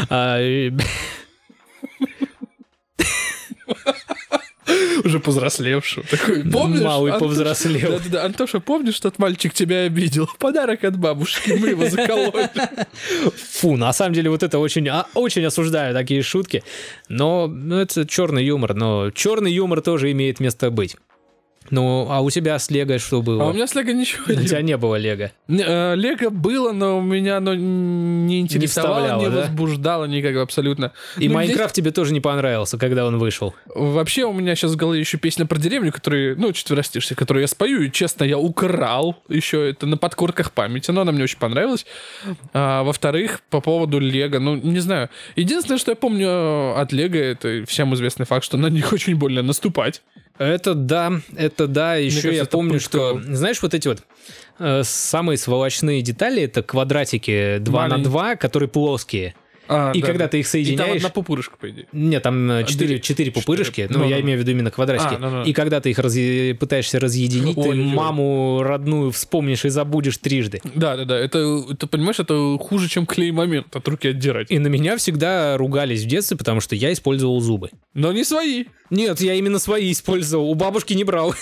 Уже повзрослевшего. Такой, помнишь? Малый Антоша, повзрослел. Да-да-да, Антоша, помнишь, тот мальчик тебя обидел? Подарок от бабушки, мы его закололи. Фу, на самом деле вот это очень, а, очень осуждаю такие шутки. Но ну, это черный юмор, но черный юмор тоже имеет место быть. Ну, а у тебя с Лего что было? А у меня с Лего ничего не было. У тебя не было Лего? Лего было, но у меня оно не интересовало, не, не да? возбуждало никак абсолютно. И ну, Майнкрафт здесь... тебе тоже не понравился, когда он вышел? Вообще у меня сейчас в голове еще песня про деревню, которую, ну, четверостишье, которую я спою, и, честно, я украл еще это на подкорках памяти, но она мне очень понравилась. А, во-вторых, по поводу Лего, ну, не знаю. Единственное, что я помню от Лего, это всем известный факт, что на них очень больно наступать. Это да, это да. Еще кажется, я помню, что, знаешь, вот эти вот э, самые сволочные детали, это квадратики два на два, которые плоские. А, и да, когда да. ты их соединяешь... И там одна пупырышка, по идее. Нет, там четыре, четыре пупырышки, но ну, я ну, имею в виду именно квадратики. А, ну, ну. И когда ты их раз... пытаешься разъединить, Ой, ты ой. маму родную вспомнишь и забудешь трижды. Да-да-да, это, ты понимаешь, это хуже, чем клей-момент от руки отдирать. И на меня всегда ругались в детстве, потому что я использовал зубы. Но не свои. Нет, я именно свои использовал, у бабушки не брал.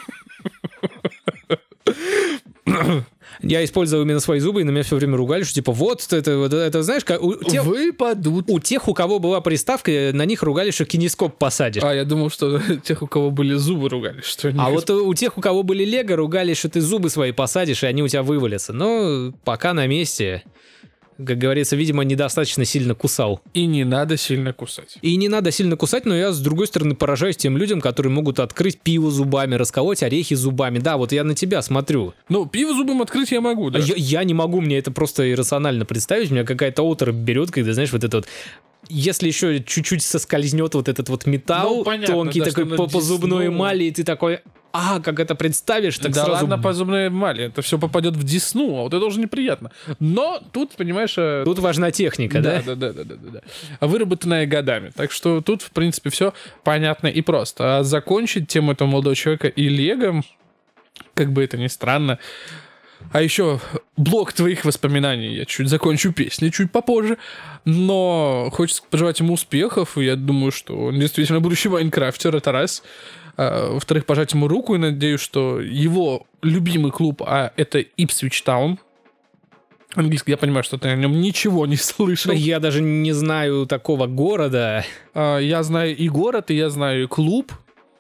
Я использовал именно свои зубы, и на меня все время ругали, что типа вот это, вот это знаешь, как у тех, выпадут. У тех, у кого была приставка, на них ругали, что кинескоп посадишь. А я думал, что тех, у кого были зубы, ругали, что они. А вот у тех, у кого были Лего, ругали, что ты зубы свои посадишь, и они у тебя вывалятся. Но пока на месте. Как говорится, видимо, недостаточно сильно кусал. И не надо сильно кусать. И не надо сильно кусать, но я, с другой стороны, поражаюсь тем людям, которые могут открыть пиво зубами, расколоть орехи зубами. Да, вот я на тебя смотрю. Ну, пиво зубом открыть я могу, да. Я, я не могу, мне это просто иррационально представить. У меня какая-то оторопь берет, когда, знаешь, вот это вот... Если еще чуть-чуть соскользнет вот этот вот металл, ну, понятно, тонкий, да, такой по, по зубной эмали, и ты такой... А, как это представишь, так да сразу... ладно, по зубной эмали, это все попадет в десну, а вот это уже неприятно. Но тут, понимаешь... Тут важна техника, да? Да, да, да, да, да, да. Выработанная годами. Так что тут, в принципе, все понятно и просто. А закончить тему этого молодого человека и Лего, как бы это ни странно... А еще блок твоих воспоминаний. Я чуть закончу песни чуть попозже. Но хочется пожелать ему успехов. И я думаю, что он действительно будущий майнкрафтер. Это раз. А, во-вторых, пожать ему руку. И надеюсь, что его любимый клуб, а это Ipswich Town. Английский, я понимаю, что ты о нем ничего не слышал. Я даже не знаю такого города. А, я знаю и город, и я знаю и клуб.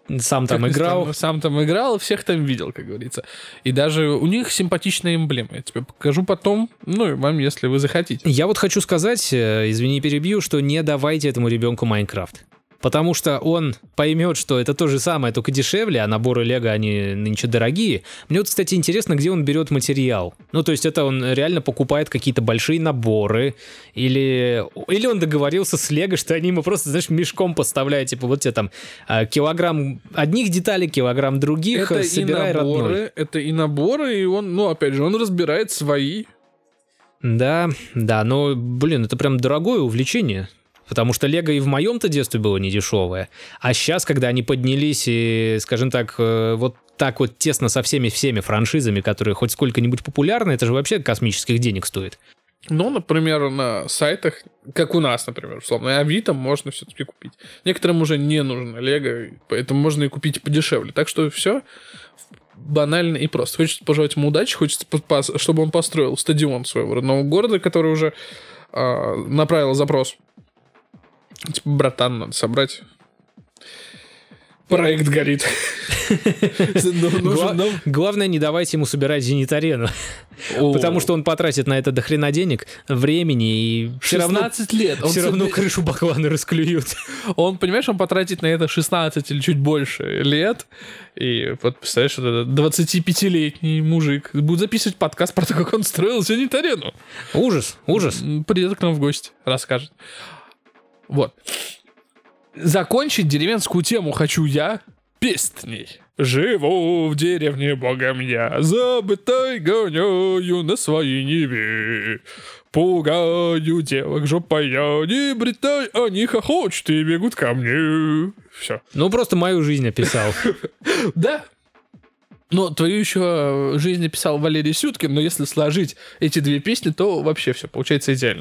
Сам там Как ни играл. странно, сам там играл, всех там видел, как говорится. И даже у них симпатичная эмблема. Я тебе покажу потом, ну и вам, если вы захотите. Я вот хочу сказать, э, извини, перебью, что не давайте этому ребенку Майнкрафт. Потому что он поймет, что это то же самое, только дешевле, а наборы Лего, они нынче дорогие. Мне вот, кстати, интересно, где он берет материал. Ну, то есть это он реально покупает какие-то большие наборы, или, или он договорился с Лего, что они ему просто, знаешь, мешком поставляют, типа, вот тебе там а, килограмм одних деталей, килограмм других, Это и собирай наборы, родной. это и наборы, и он, ну, опять же, он разбирает свои. Да, да, но, блин, это прям дорогое увлечение. Потому что Лего и в моем-то детстве было недешевое. А сейчас, когда они поднялись и, скажем так, вот так вот тесно со всеми-всеми франшизами, которые хоть сколько-нибудь популярны, это же вообще космических денег стоит. Ну, например, на сайтах, как у нас, например, условно, Авито можно все-таки купить. Некоторым уже не нужно Лего, поэтому можно и купить подешевле. Так что все банально и просто. Хочется пожелать ему удачи, хочется, чтобы он построил стадион своего родного города, который уже э, направил запрос. Типа, братан, надо собрать. Проект горит. Главное, не давайте ему собирать Зенит-арену. Потому что он потратит на это дохрена денег, времени, и все равно, шестнадцать лет. Все равно крышу баклана расклюют. Он, понимаешь, он потратит на это шестнадцать или чуть больше лет. И вот, представляешь, вот этот двадцатипятилетний мужик будет записывать подкаст про то, как он строил Зенит-арену. Ужас, ужас. Придет к нам в гости, расскажет. Вот. Закончить деревенскую тему хочу я песней. Живу в деревне богом я, забытой гоняю на своей ниве. Пугаю девок жопой я, не бритай, они хохочут и бегут ко мне. Все. Ну, просто мою жизнь описал. Да. Но твою еще жизнь описал Валерий Сюткин, но если сложить эти две песни, то вообще все получается идеально.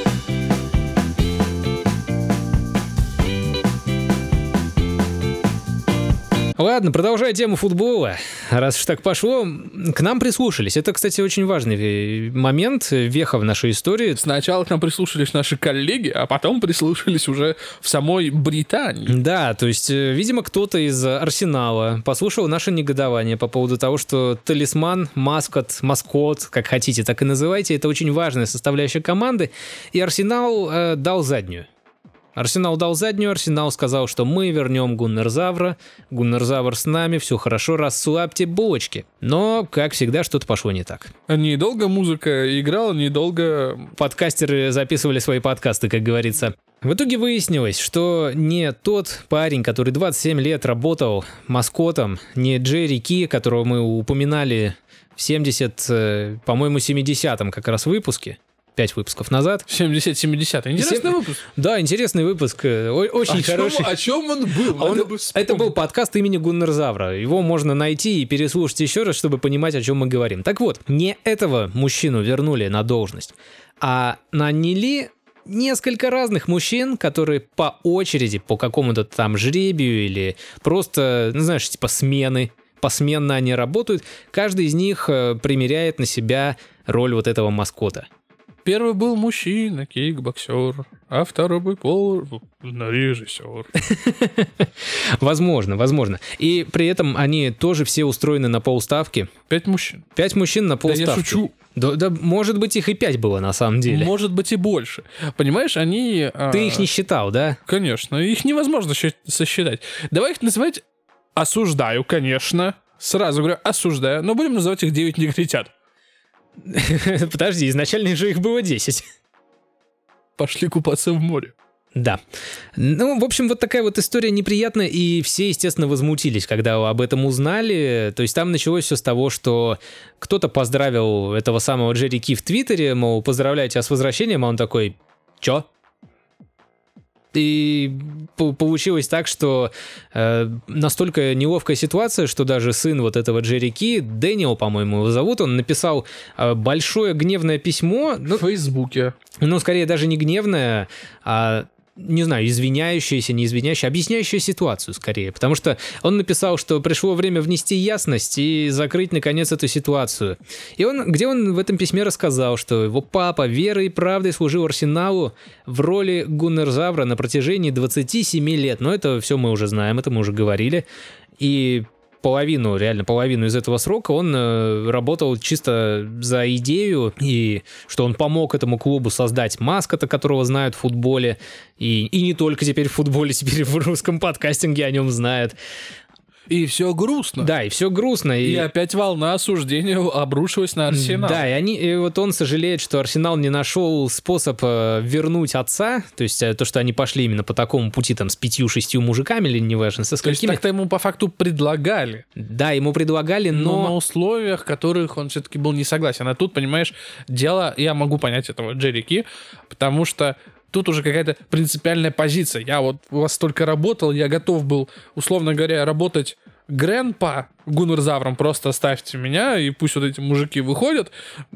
Ладно, продолжая тему футбола. Раз уж так пошло, к нам прислушались. Это, кстати, очень важный момент, веха в нашей истории. Сначала к нам прислушались наши коллеги, а потом прислушались уже в самой Британии. Да, то есть, видимо, кто-то из Арсенала послушал наше негодование по поводу того, что талисман, маскот, маскот, как хотите, так и называйте, это очень важная составляющая команды, и Арсенал э, дал заднюю. Арсенал дал заднюю, Арсенал сказал, что мы вернем Гуннерзавра, Гуннерзавр с нами, все хорошо, расслабьте булочки. Но, как всегда, что-то пошло не так. Недолго музыка играла, недолго... Подкастеры записывали свои подкасты, как говорится. В итоге выяснилось, что не тот парень, который двадцать семь лет работал маскотом, не Джерри Ки, которого мы упоминали в семидесятом, по-моему, семидесятом как раз выпуске, пять выпусков назад. семьдесят-семидесятый. Интересный Сем... выпуск. Да, интересный выпуск. Очень о хороший. Чем, о чем он был? Он... Это был подкаст имени Гуннерзавра. Его можно найти и переслушать еще раз, чтобы понимать, о чем мы говорим. Так вот, не этого мужчину вернули на должность, а наняли несколько разных мужчин, которые по очереди, по какому-то там жребию или просто, ну, знаешь, типа смены, посменно они работают. Каждый из них примеряет на себя роль вот этого маскота. Первый был мужчина, кикбоксер, а второй был пол... режиссер. Возможно, возможно. И при этом они тоже все устроены на полставки. Пять мужчин. Пять мужчин на полставки. Да я шучу. Да, да, может быть, их и пять было на самом деле. Может быть и больше. Понимаешь, они... Ты а... их не считал, да? Конечно, их невозможно сосчитать. Давай их называть... Осуждаю, конечно. Сразу говорю, осуждаю. Но будем называть их девять негритят. Подожди, изначально же их было десять. Пошли купаться в море. Да. Ну, в общем, вот такая вот история неприятная, и все, естественно, возмутились, когда об этом узнали. То есть там началось все с того, что кто-то поздравил этого самого Джерри Ки в Твиттере, мол, поздравляю тебя с возвращением, а он такой, чё? И получилось так, что э, настолько неловкая ситуация, что даже сын вот этого Джерри Ки, Дэниел, по-моему, его зовут, он написал э, большое гневное письмо. Ну, в Фейсбуке. Ну, скорее даже не гневное, а не знаю, извиняющаяся, не извиняющая, объясняющая ситуацию скорее. Потому что он написал, что пришло время внести ясность и закрыть, наконец, эту ситуацию. И он, где он в этом письме рассказал, что его папа верой и правдой служил Арсеналу в роли Гуннерзавра на протяжении двадцати семи лет. Но это все мы уже знаем, это мы уже говорили. И половину, реально половину из этого срока он э, работал чисто за идею, и что он помог этому клубу создать маскота, которого знают в футболе, и, и не только теперь в футболе, теперь в русском подкастинге о нем знают. И все грустно. Да, и все грустно. И... и опять волна осуждения обрушилась на Арсенал. Да, и, они, и вот он сожалеет, что Арсенал не нашел способ э, вернуть отца, то есть э, то, что они пошли именно по такому пути там с пятью-шестью мужиками или неважно, со сколькими. То есть так-то ему по факту предлагали. Да, ему предлагали, но... но на условиях, которых он все-таки был не согласен. А тут, понимаешь, дело, я могу понять этого Джерри Ки, потому что тут уже какая-то принципиальная позиция. Я вот у вас столько работал, я готов был, условно говоря, работать грэнпа Гуннерзавром, просто оставьте меня, и пусть вот эти мужики выходят.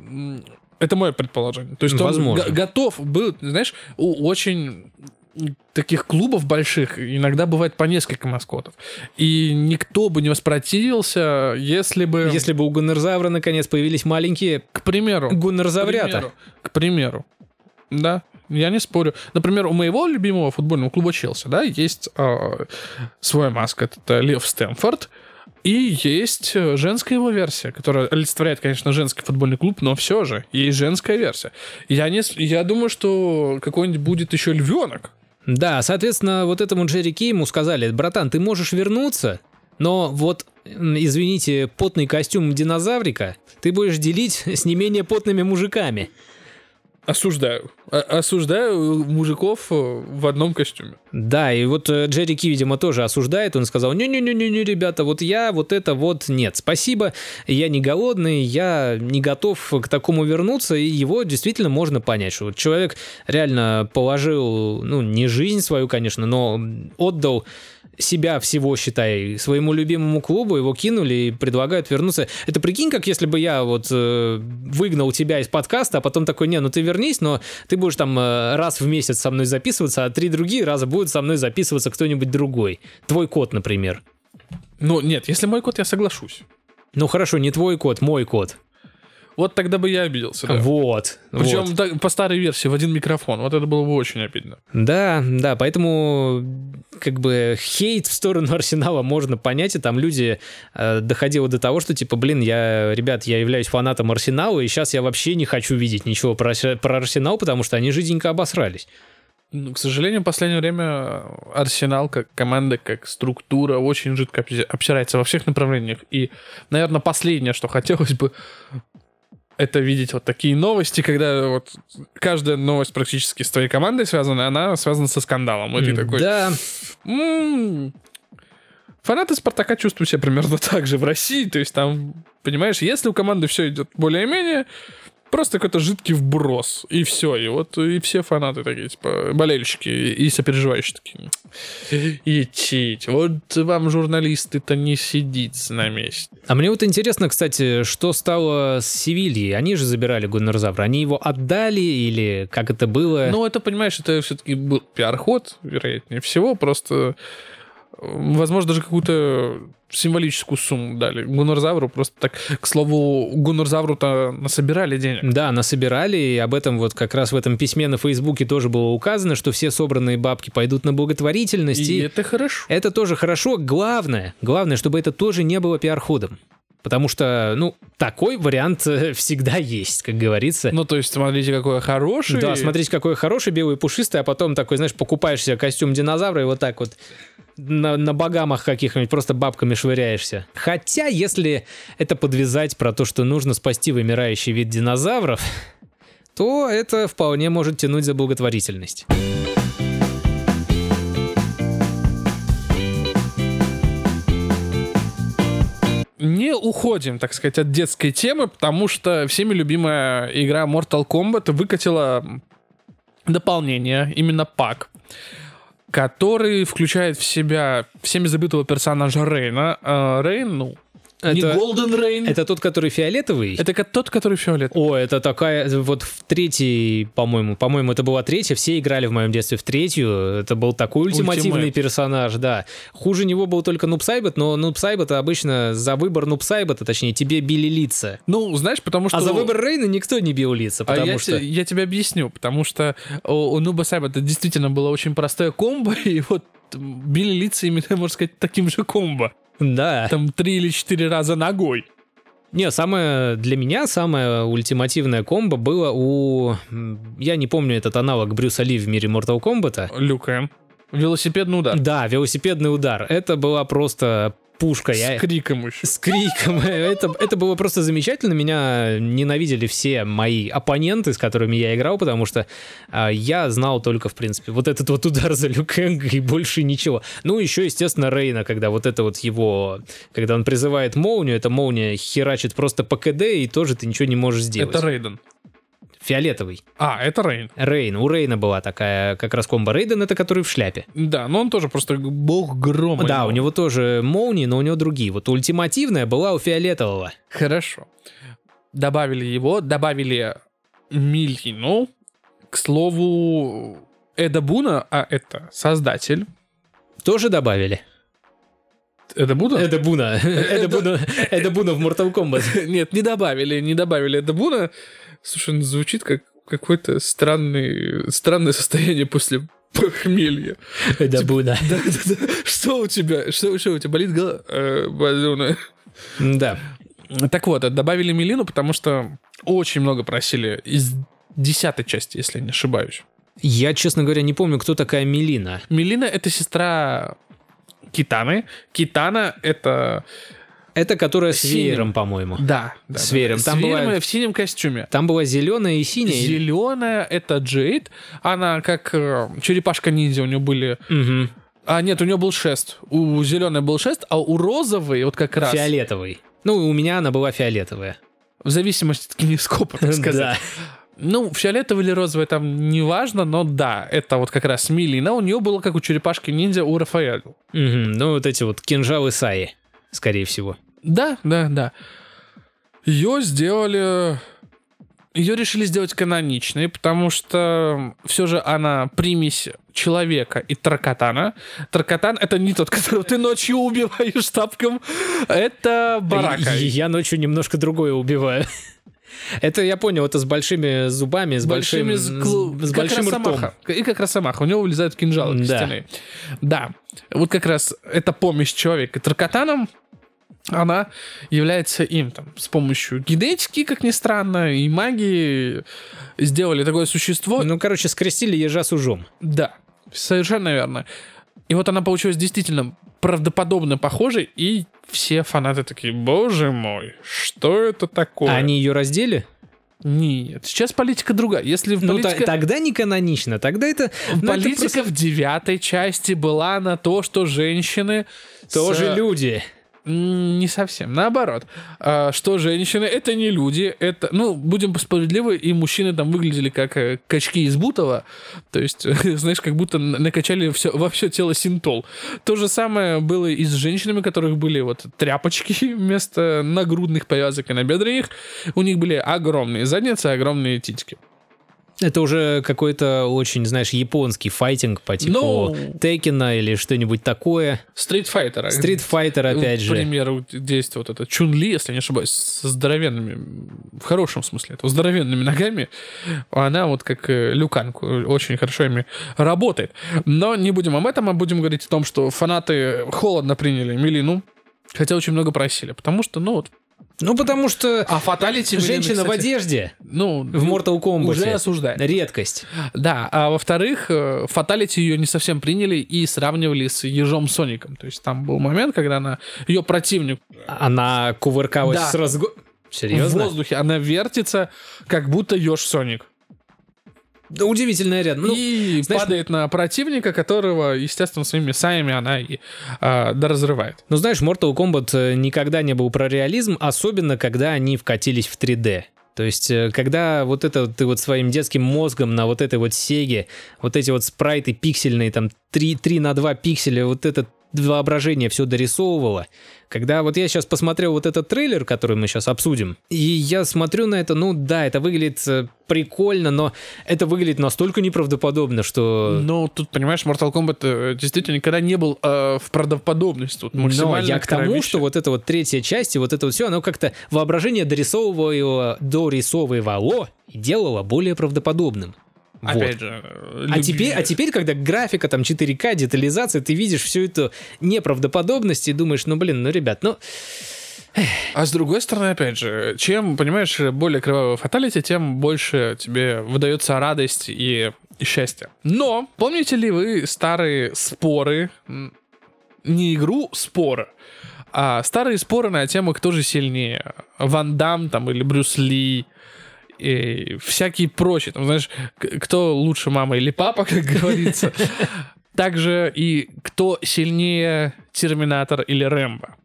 Это мое предположение. То есть Возможно. он г- готов был, знаешь, у очень таких клубов больших иногда бывает по несколько маскотов. И никто бы не воспротивился, если бы... Если бы у Гуннерзавра наконец появились маленькие... К примеру. Гуннерзаврята. К примеру. К примеру. Да, я не спорю. Например, у моего любимого футбольного клуба Челси, да, есть э, свой маскот, это Лев Стэмфорд, и есть женская его версия, которая олицетворяет, конечно, женский футбольный клуб, но все же есть женская версия. Я, не, я думаю, что какой-нибудь будет еще львенок. Да, соответственно, вот этому Джерри Ки ему сказали: братан, ты можешь вернуться, но вот, извините, потный костюм динозаврика ты будешь делить с не менее потными мужиками. Осуждаю. Осуждаю мужиков в одном костюме. Да, и вот Джерри Ки, видимо, тоже осуждает. Он сказал: не-не-не-не, ребята, вот я, вот это вот нет. Спасибо, я не голодный, я не готов к такому вернуться. И его действительно можно понять, что вот человек реально положил, ну, не жизнь свою, конечно, но отдал себя всего, считай, своему любимому клубу, его кинули и предлагают вернуться. Это прикинь, как если бы я вот э, выгнал тебя из подкаста, а потом такой: не, ну ты вернись, но ты будешь там э, раз в месяц со мной записываться, а три другие раза будет со мной записываться кто-нибудь другой. Твой кот, например. Ну, нет, если мой кот, я соглашусь. Ну хорошо, не твой кот, мой кот. Вот тогда бы я обиделся, да. Вот. Причем вот. Так, по старой версии, в один микрофон. Вот это было бы очень обидно. Да, да, поэтому как бы хейт в сторону Арсенала можно понять, и там люди э, доходило до того, что типа, блин, я, ребят, я являюсь фанатом Арсенала, и сейчас я вообще не хочу видеть ничего про, про Арсенал, потому что они жиденько обосрались. К сожалению, в последнее время Арсенал как команда, как структура очень жидко обсирается во всех направлениях. И, наверное, последнее, что хотелось бы, это видеть вот такие новости, когда вот каждая новость практически с твоей командой связана, она связана со скандалом. И ты такой... Да. М-м-м. Фанаты Спартака чувствуют себя примерно так же в России. То есть там, понимаешь, если у команды все идет более-менее, просто какой-то жидкий вброс, и все. И вот и все фанаты такие, типа, болельщики и сопереживающие такие. Идите. Вот вам, журналисты-то, не сидите на месте. А мне вот интересно, кстати, что стало с Севильей? Они же забирали Гуннерзавра. Они его отдали или как это было? Ну, это, понимаешь, это все-таки был пиар-ход, вероятнее всего. Просто, возможно, даже какую-то символическую сумму дали Гуннерзавру. Просто так, к слову, Гуннерзавру-то насобирали денег. Да, насобирали, и об этом вот как раз в этом письме на Фейсбуке тоже было указано, что все собранные бабки пойдут на благотворительность. И, и это хорошо. Это тоже хорошо. Главное, главное, чтобы это тоже не было пиар-ходом. Потому что, ну, такой вариант всегда есть, как говорится. Ну, то есть, смотрите, какой хороший. Да, смотрите, какой хороший, белый, пушистый, а потом такой, знаешь, покупаешь себе костюм динозавра и вот так вот на, на багамах каких-нибудь просто бабками швыряешься. Хотя, если это подвязать про то, что нужно спасти вымирающий вид динозавров, то это вполне может тянуть за благотворительность. Не уходим, так сказать, от детской темы, потому что всеми любимая игра Mortal Kombat выкатила дополнение, именно пак, который включает в себя всеми забытого персонажа Рейна. Рейн, ну, Не Это- Golden Rain. Это тот, который фиолетовый? Это ка- тот, который фиолетовый. О, это такая, вот в третьей, по-моему, по-моему, это была третья, все играли в моем детстве в третью, это был такой ультимативный Ультимейт. персонаж, да. Хуже него был только Нуб Сайбот, но Нуб Сайбота обычно за выбор Нуб Сайбота, точнее, тебе били лица. Ну, знаешь, потому что... А за выбор Рейна никто не бил лица, А потому я, что... те- я тебе объясню, потому что у, у Нуба Сайбота действительно было очень простое комбо, и вот били лица именно, можно сказать, таким же комбо. Да. Там три или четыре раза ногой. Не, самое, для меня самое ультимативное комбо было у... м, Я не помню этот аналог Брюса Ли в мире Mortal Kombat. Люкэм. Велосипедный удар. Да, велосипедный удар. Это была просто пушка. С Я... криком еще. С криком. Это, это было просто замечательно. Меня ненавидели все мои оппоненты, с которыми я играл, потому что а, я знал только, в принципе, вот этот вот удар за Лю Кэнга и больше ничего. Ну, еще, естественно, Рейна, когда вот это вот его... Когда он призывает молнию, эта молния херачит просто по КД, и тоже ты ничего не можешь сделать. Это Рейден. Фиолетовый. А, это Рейн. Рейн. У Рейна была такая как раз комбо. Рейден — это который в шляпе. Да, но он тоже просто бог грома. Да, у него тоже молнии, но у него другие. Вот ультимативная была у фиолетового. Хорошо. Добавили его, добавили Милину. К слову, Эда Буна, а это создатель. Тоже добавили. Эда Буна? Эда Буна. Эда Буна. Эда Буна в Mortal Kombat. Нет, не добавили, не добавили Эда Буна. Слушай, он звучит как какое-то странный, странное состояние после похмелья. Эда Буна. Да, да, да. Что у тебя? Что, что у тебя? Болит голова? Э, Базуна. Да. Так вот, добавили Милину, потому что очень много просили из десятой части, если я не ошибаюсь. Я, честно говоря, не помню, кто такая Милина. Милина — это сестра Китаны. Китана — это... Это которая с Синим. веером, по-моему. Да. да С да. веером. С Там веером была- и в синем костюме. Там была зеленая и синяя. Зеленая — это Джейд. Она как э, черепашка-ниндзя, у нее были... Мгм. А, нет, у нее был шест. У зеленой был шест, а у розовой вот как раз... Фиолетовый. Ну, у меня она была фиолетовая. В зависимости от кинескопа, так сказать. Ну, фиолетовый или розовый там не важно, но да, это вот как раз Милина. У нее было как у черепашки-ниндзя у Рафаэля. Мгм. Ну, вот эти вот кинжалы Саи, скорее всего. Да, да, да. Ее сделали... Ее решили сделать каноничной, потому что все же она примесь человека и Таркатана. Таркатан — это не тот, которого ты ночью убиваешь тапком. Это Барака. И- и Я ночью немножко другое убиваю. Это я понял, это с большими зубами, с, С большими... большим, с клу- с как большим ртом. росомаха. И как росомаха. У него вылезают кинжалы из Да. стены. Да. Вот как раз эта помощь человека и Таркатаном, она является им там с помощью генетики, как ни странно, и магии сделали такое существо. Ну, короче, скрестили ежа с ужом. Да, совершенно верно. И вот она получилась действительно правдоподобно похожей, и все фанаты такие: боже мой, что это такое? А они ее раздели? Нет, сейчас политика другая. Если в Ну, та- политика... тогда не канонично, тогда это... ну, это Политика просто в девятой части была на то, что женщины тоже с- люди. М, Не совсем, наоборот. А, Что женщины — это не люди, это, ну, будем справедливы, и мужчины там выглядели как э, качки из Бутова, то есть, знаешь, как будто н- накачали все, во все тело синтол. То же самое было и с женщинами, у которых были вот тряпочки вместо нагрудных повязок и набедренных, у них были огромные задницы, огромные титьки. Это уже какой-то очень, знаешь, японский файтинг по типу Ну. Текена или что-нибудь такое. Стритфайтера. Стритфайтер, опять же. Пример действия вот это Чун-Ли, если не ошибаюсь, со здоровенными, в хорошем смысле, это здоровенными ногами, она вот как э, Лю Канг очень хорошо ими работает. Но не будем об этом, а будем говорить о том, что фанаты холодно приняли Милину, хотя очень много просили, потому что, ну вот... Ну, потому что А фаталити... женщина в одежде Ну, в Mortal Kombat уже осуждает. редкость. Да, а во-вторых, э, фаталити ее не совсем приняли и сравнивали с ежом Соником. То есть там был момент, когда она, ее противник Она кувыркалась Да. с разго... в Серьезно? воздухе, она вертится, как будто еж Соник. Да, удивительная ряд. Ну, и знаешь, падает на противника, которого, естественно, своими саями она и а, доразрывает. ну, знаешь, Mortal Kombat э, никогда не был про реализм, особенно когда они вкатились в три дэ. То есть, э, когда вот это ты вот своим детским мозгом на вот этой вот сеге, вот эти вот спрайты пиксельные, там три, три на два пикселя, вот этот воображение все дорисовывало. Когда вот я сейчас посмотрел вот этот трейлер, который мы сейчас обсудим, и я смотрю на это, ну да, это выглядит прикольно, но это выглядит настолько неправдоподобно, что... Ну, тут, понимаешь, Mortal Kombat действительно никогда не был э, в правдоподобности. Тут но я к тому, что вот эта вот третья часть, и вот это вот все, оно как-то воображение дорисовывало, дорисовывало и делало более правдоподобным. Опять вот. же, а, теперь, а теперь, когда графика, там, четыре ка, детализация, ты видишь всю эту неправдоподобность и думаешь, ну, блин, ну, ребят, ну... А с другой стороны, опять же, чем, понимаешь, более кровавый фаталити, тем больше тебе выдается радость и, и счастье. Но помните ли вы старые споры, не игру, споры, а старые споры на тему, кто же сильнее, Ван Дамм там или Брюс Ли, и всякие прочие, там, знаешь, кто лучше, мама или папа, как говорится. Также и кто сильнее, Терминатор или Рэмбо.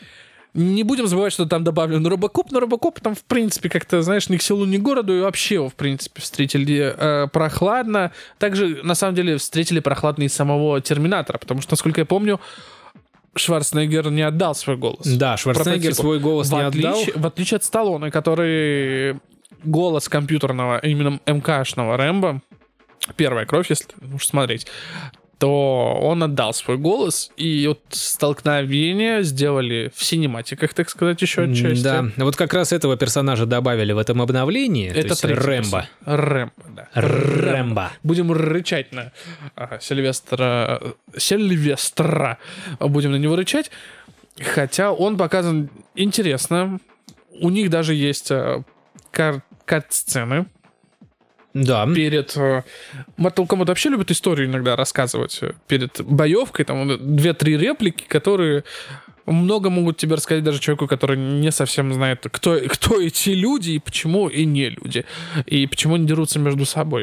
Не будем забывать, что там добавлен Робокоп, но Робокоп там, в принципе, как-то, знаешь, ни к селу, ни к городу, и вообще его, в принципе, встретили э, прохладно. Также, на самом деле, встретили прохладно и самого Терминатора, потому что, насколько я помню, Шварценеггер не отдал свой голос. Да, Шварценеггер свой голос в не отличие, отдал. В отличие от Сталлоне, который голос компьютерного, именно МКшного Рэмбо, первая кровь, если уж смотреть, то он отдал свой голос, и вот столкновение сделали в синематиках, так сказать, еще отчасти. Да, вот как раз этого персонажа добавили в этом обновлении, Это то есть Рэмбо. Рэмбо, да. Рэмбо. Будем рычать на ага, Сильвестра... Сильвестра. Будем на него рычать. Хотя он показан интересно. У них даже есть кар- кат-сцены. Да. Перед... Mortal Kombat вообще любит историю иногда рассказывать. Перед боевкой там две-три реплики, которые много могут тебе рассказать даже человеку, который не совсем знает, кто, кто эти люди и почему и не люди. И почему они дерутся между собой.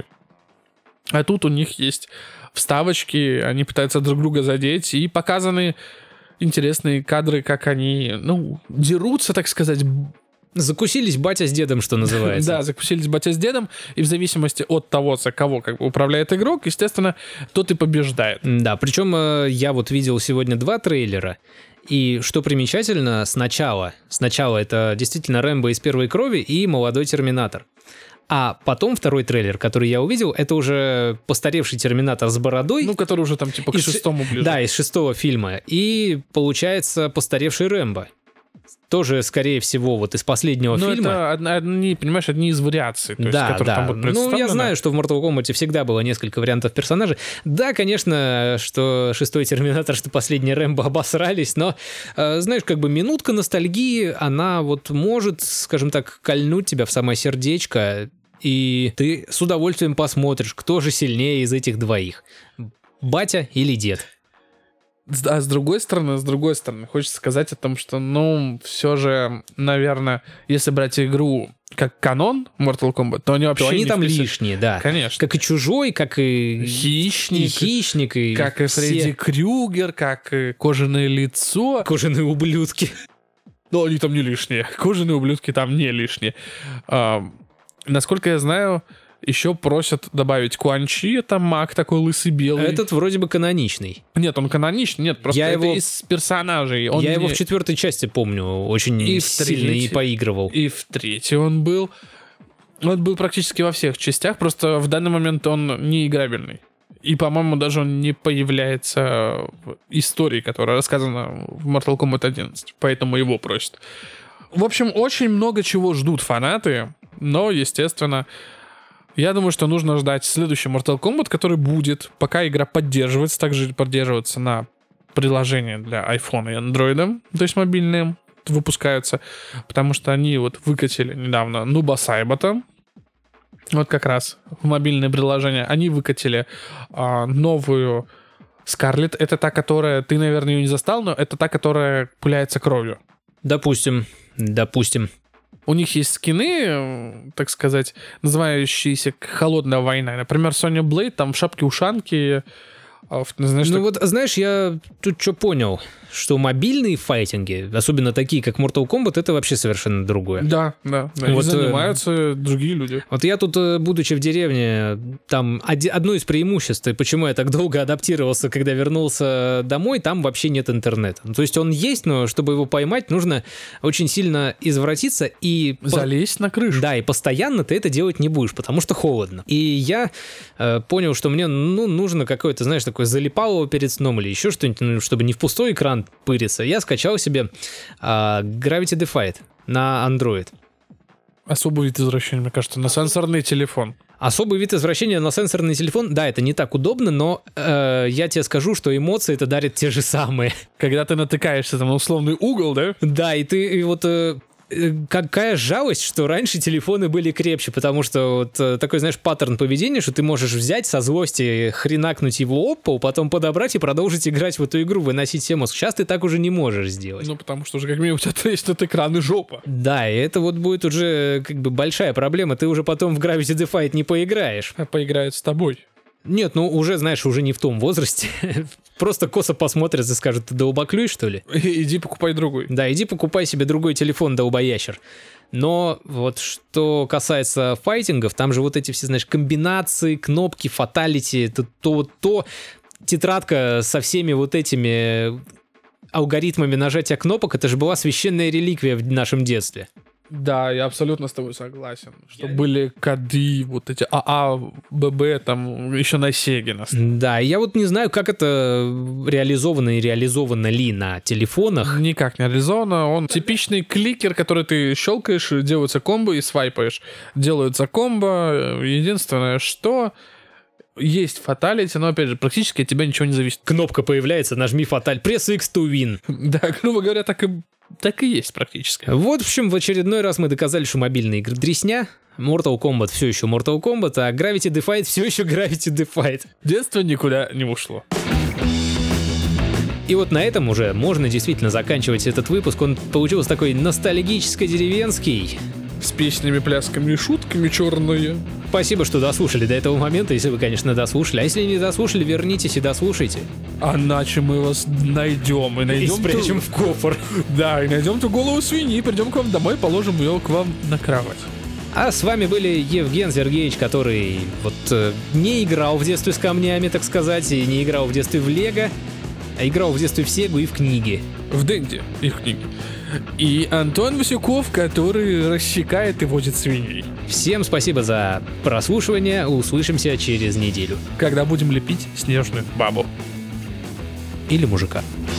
А тут у них есть вставочки, они пытаются друг друга задеть, и показаны интересные кадры, как они, ну, дерутся, так сказать. Закусились батя с дедом, что называется. Да, закусились батя с дедом, и в зависимости от того, за кого как бы управляет игрок, естественно, тот и побеждает. Да, причем я вот видел сегодня два трейлера, и что примечательно, сначала, сначала это действительно Рэмбо из первой крови и молодой Терминатор. А потом второй трейлер, который я увидел, это уже постаревший Терминатор с бородой. Ну, который уже там типа к шестому ближе. Да, из шестого фильма. И получается постаревший Рэмбо. Тоже, скорее всего, вот из последнего Но фильма. это одни, понимаешь, одни из вариаций, то есть, да, которые да. там будут представлены. Ну, я знаю, что в Mortal Kombat всегда было несколько вариантов персонажей. Да, конечно, что шестой Терминатор, что последний Рэмбо обосрались, но, э, знаешь, как бы минутка ностальгии, она вот может, скажем так, кольнуть тебя в самое сердечко, и ты с удовольствием посмотришь, кто же сильнее из этих двоих, батя или дед. А с другой стороны, с другой стороны, хочется сказать о том, что, ну, все же, наверное, если брать игру как канон Mortal Kombat, то они вообще то они не там вписаны. лишние, да. Конечно. Как и Чужой, как и Хищник. И Хищник, и как и все Фредди Крюгер, как и Кожаное лицо. кожаные ублюдки. Но они там не лишние. Кожаные ублюдки там не лишние. А, насколько я знаю, еще просят добавить Куан Чи, это маг такой лысый белый. Этот вроде бы каноничный. Нет, он каноничный, нет, просто Я это его... из персонажей. Он Я не... его в четвертой части помню, очень И в сильно третьей. и поигрывал. И в третьей он был. Он был практически во всех частях, просто в данный момент он не играбельный. И, по-моему, даже он не появляется в истории, которая рассказана в Mortal Kombat одиннадцать. Поэтому его просят. В общем, очень много чего ждут фанаты, но, естественно, я думаю, что нужно ждать следующий Mortal Kombat, который будет, пока игра поддерживается, также поддерживаться на приложения для iPhone и Android, то есть мобильные выпускаются, потому что они вот выкатили недавно Нуба Сайбата, вот как раз в мобильное приложение. Они выкатили а, новую Скарлетт. Это та, которая, ты, наверное, ее не застал, но это та, которая пуляется кровью. Допустим, допустим. У них есть скины, так сказать, называющиеся «Холодная война». Например, Соня Блейд там в шапке-ушанке А, знаешь, ну так... вот, знаешь, я тут что понял, что мобильные файтинги, особенно такие, как Mortal Kombat, это вообще совершенно другое. Да, да, да. Вот, и занимаются э... другие люди. Вот я тут, будучи в деревне, там оди- одно из преимуществ, и почему я так долго адаптировался, когда вернулся домой, там вообще нет интернета. То есть он есть, но чтобы его поймать, нужно очень сильно извратиться и... Залезть по... на крышу. Да, и постоянно ты это делать не будешь, потому что холодно. И я э, понял, что мне, ну, нужно какое-то, знаешь, такое залипалово перед сном или еще что-нибудь, ну, чтобы не в пустой экран пыриться. Я скачал себе э, Gravity Defied на Android. Особый вид извращения, мне кажется, на сенсорный телефон. Особый вид извращения на сенсорный телефон, да, это не так удобно, но э, я тебе скажу, что эмоции это дарят те же самые. Когда ты натыкаешься там на условный угол, да? Да, и ты и вот... Э, какая жалость, что раньше телефоны были крепче, потому что вот такой, знаешь, паттерн поведения, что ты можешь взять со злости, хренакнуть его об пол, потом подобрать и продолжить играть в эту игру, выносить себе мозг. Сейчас ты так уже не можешь сделать. Ну, потому что уже как минимум у тебя треснет экран и жопа. Да, и это вот будет уже как бы большая проблема, ты уже потом в Gravity Defied не поиграешь. А поиграют с тобой. Нет, ну уже, знаешь, уже не в том возрасте. Просто косо посмотрят и скажут, ты долбоклюй, что ли? Иди покупай другой. Да, иди покупай себе другой телефон, долбоящер. Но вот что касается файтингов, там же вот эти все, знаешь, комбинации, кнопки, фаталити, то, то, то тетрадка со всеми вот этими алгоритмами нажатия кнопок, это же была священная реликвия в нашем детстве. Да, я абсолютно с тобой согласен. Что я... были коды, вот эти АА, ББ, там еще на Сеге. На... Да, я вот не знаю, как это реализовано и реализовано ли на телефонах. Никак не реализовано. Он типичный кликер, который ты щелкаешь, делается комбо и свайпаешь. Делается комбо. Единственное, что... Есть фаталити, но, опять же, практически от тебя ничего не зависит. Кнопка появляется, нажми фаталь. Press X to win. Да, грубо говоря, так и, так и есть практически. Вот, в общем, в очередной раз мы доказали, что мобильные игры дресня. Mortal Kombat все еще Mortal Kombat, а Gravity Defied все еще Gravity Defied. Детство никуда не ушло. И вот на этом уже можно действительно заканчивать этот выпуск. Он получился такой ностальгическо-деревенский. С песнями, плясками и шутками черные. Спасибо, что дослушали до этого момента, если вы, конечно, дослушали. А если не дослушали, вернитесь и дослушайте. А иначе мы вас найдем. И найдем и спрячем ту... в кофр. Да, и найдем ту голову свиньи, придем к вам домой, положим ее к вам на кровать. А с вами были Евген Сергеевич, который вот э, не играл в детстве с камнями, так сказать, и не играл в детстве в Лего, а играл в детстве в Сегу и в книги. В Денде их книги. И Антон Васюков, который рассекает и водит свиней. Всем спасибо за прослушивание. Услышимся через неделю. Когда будем лепить снежную бабу. Или мужика.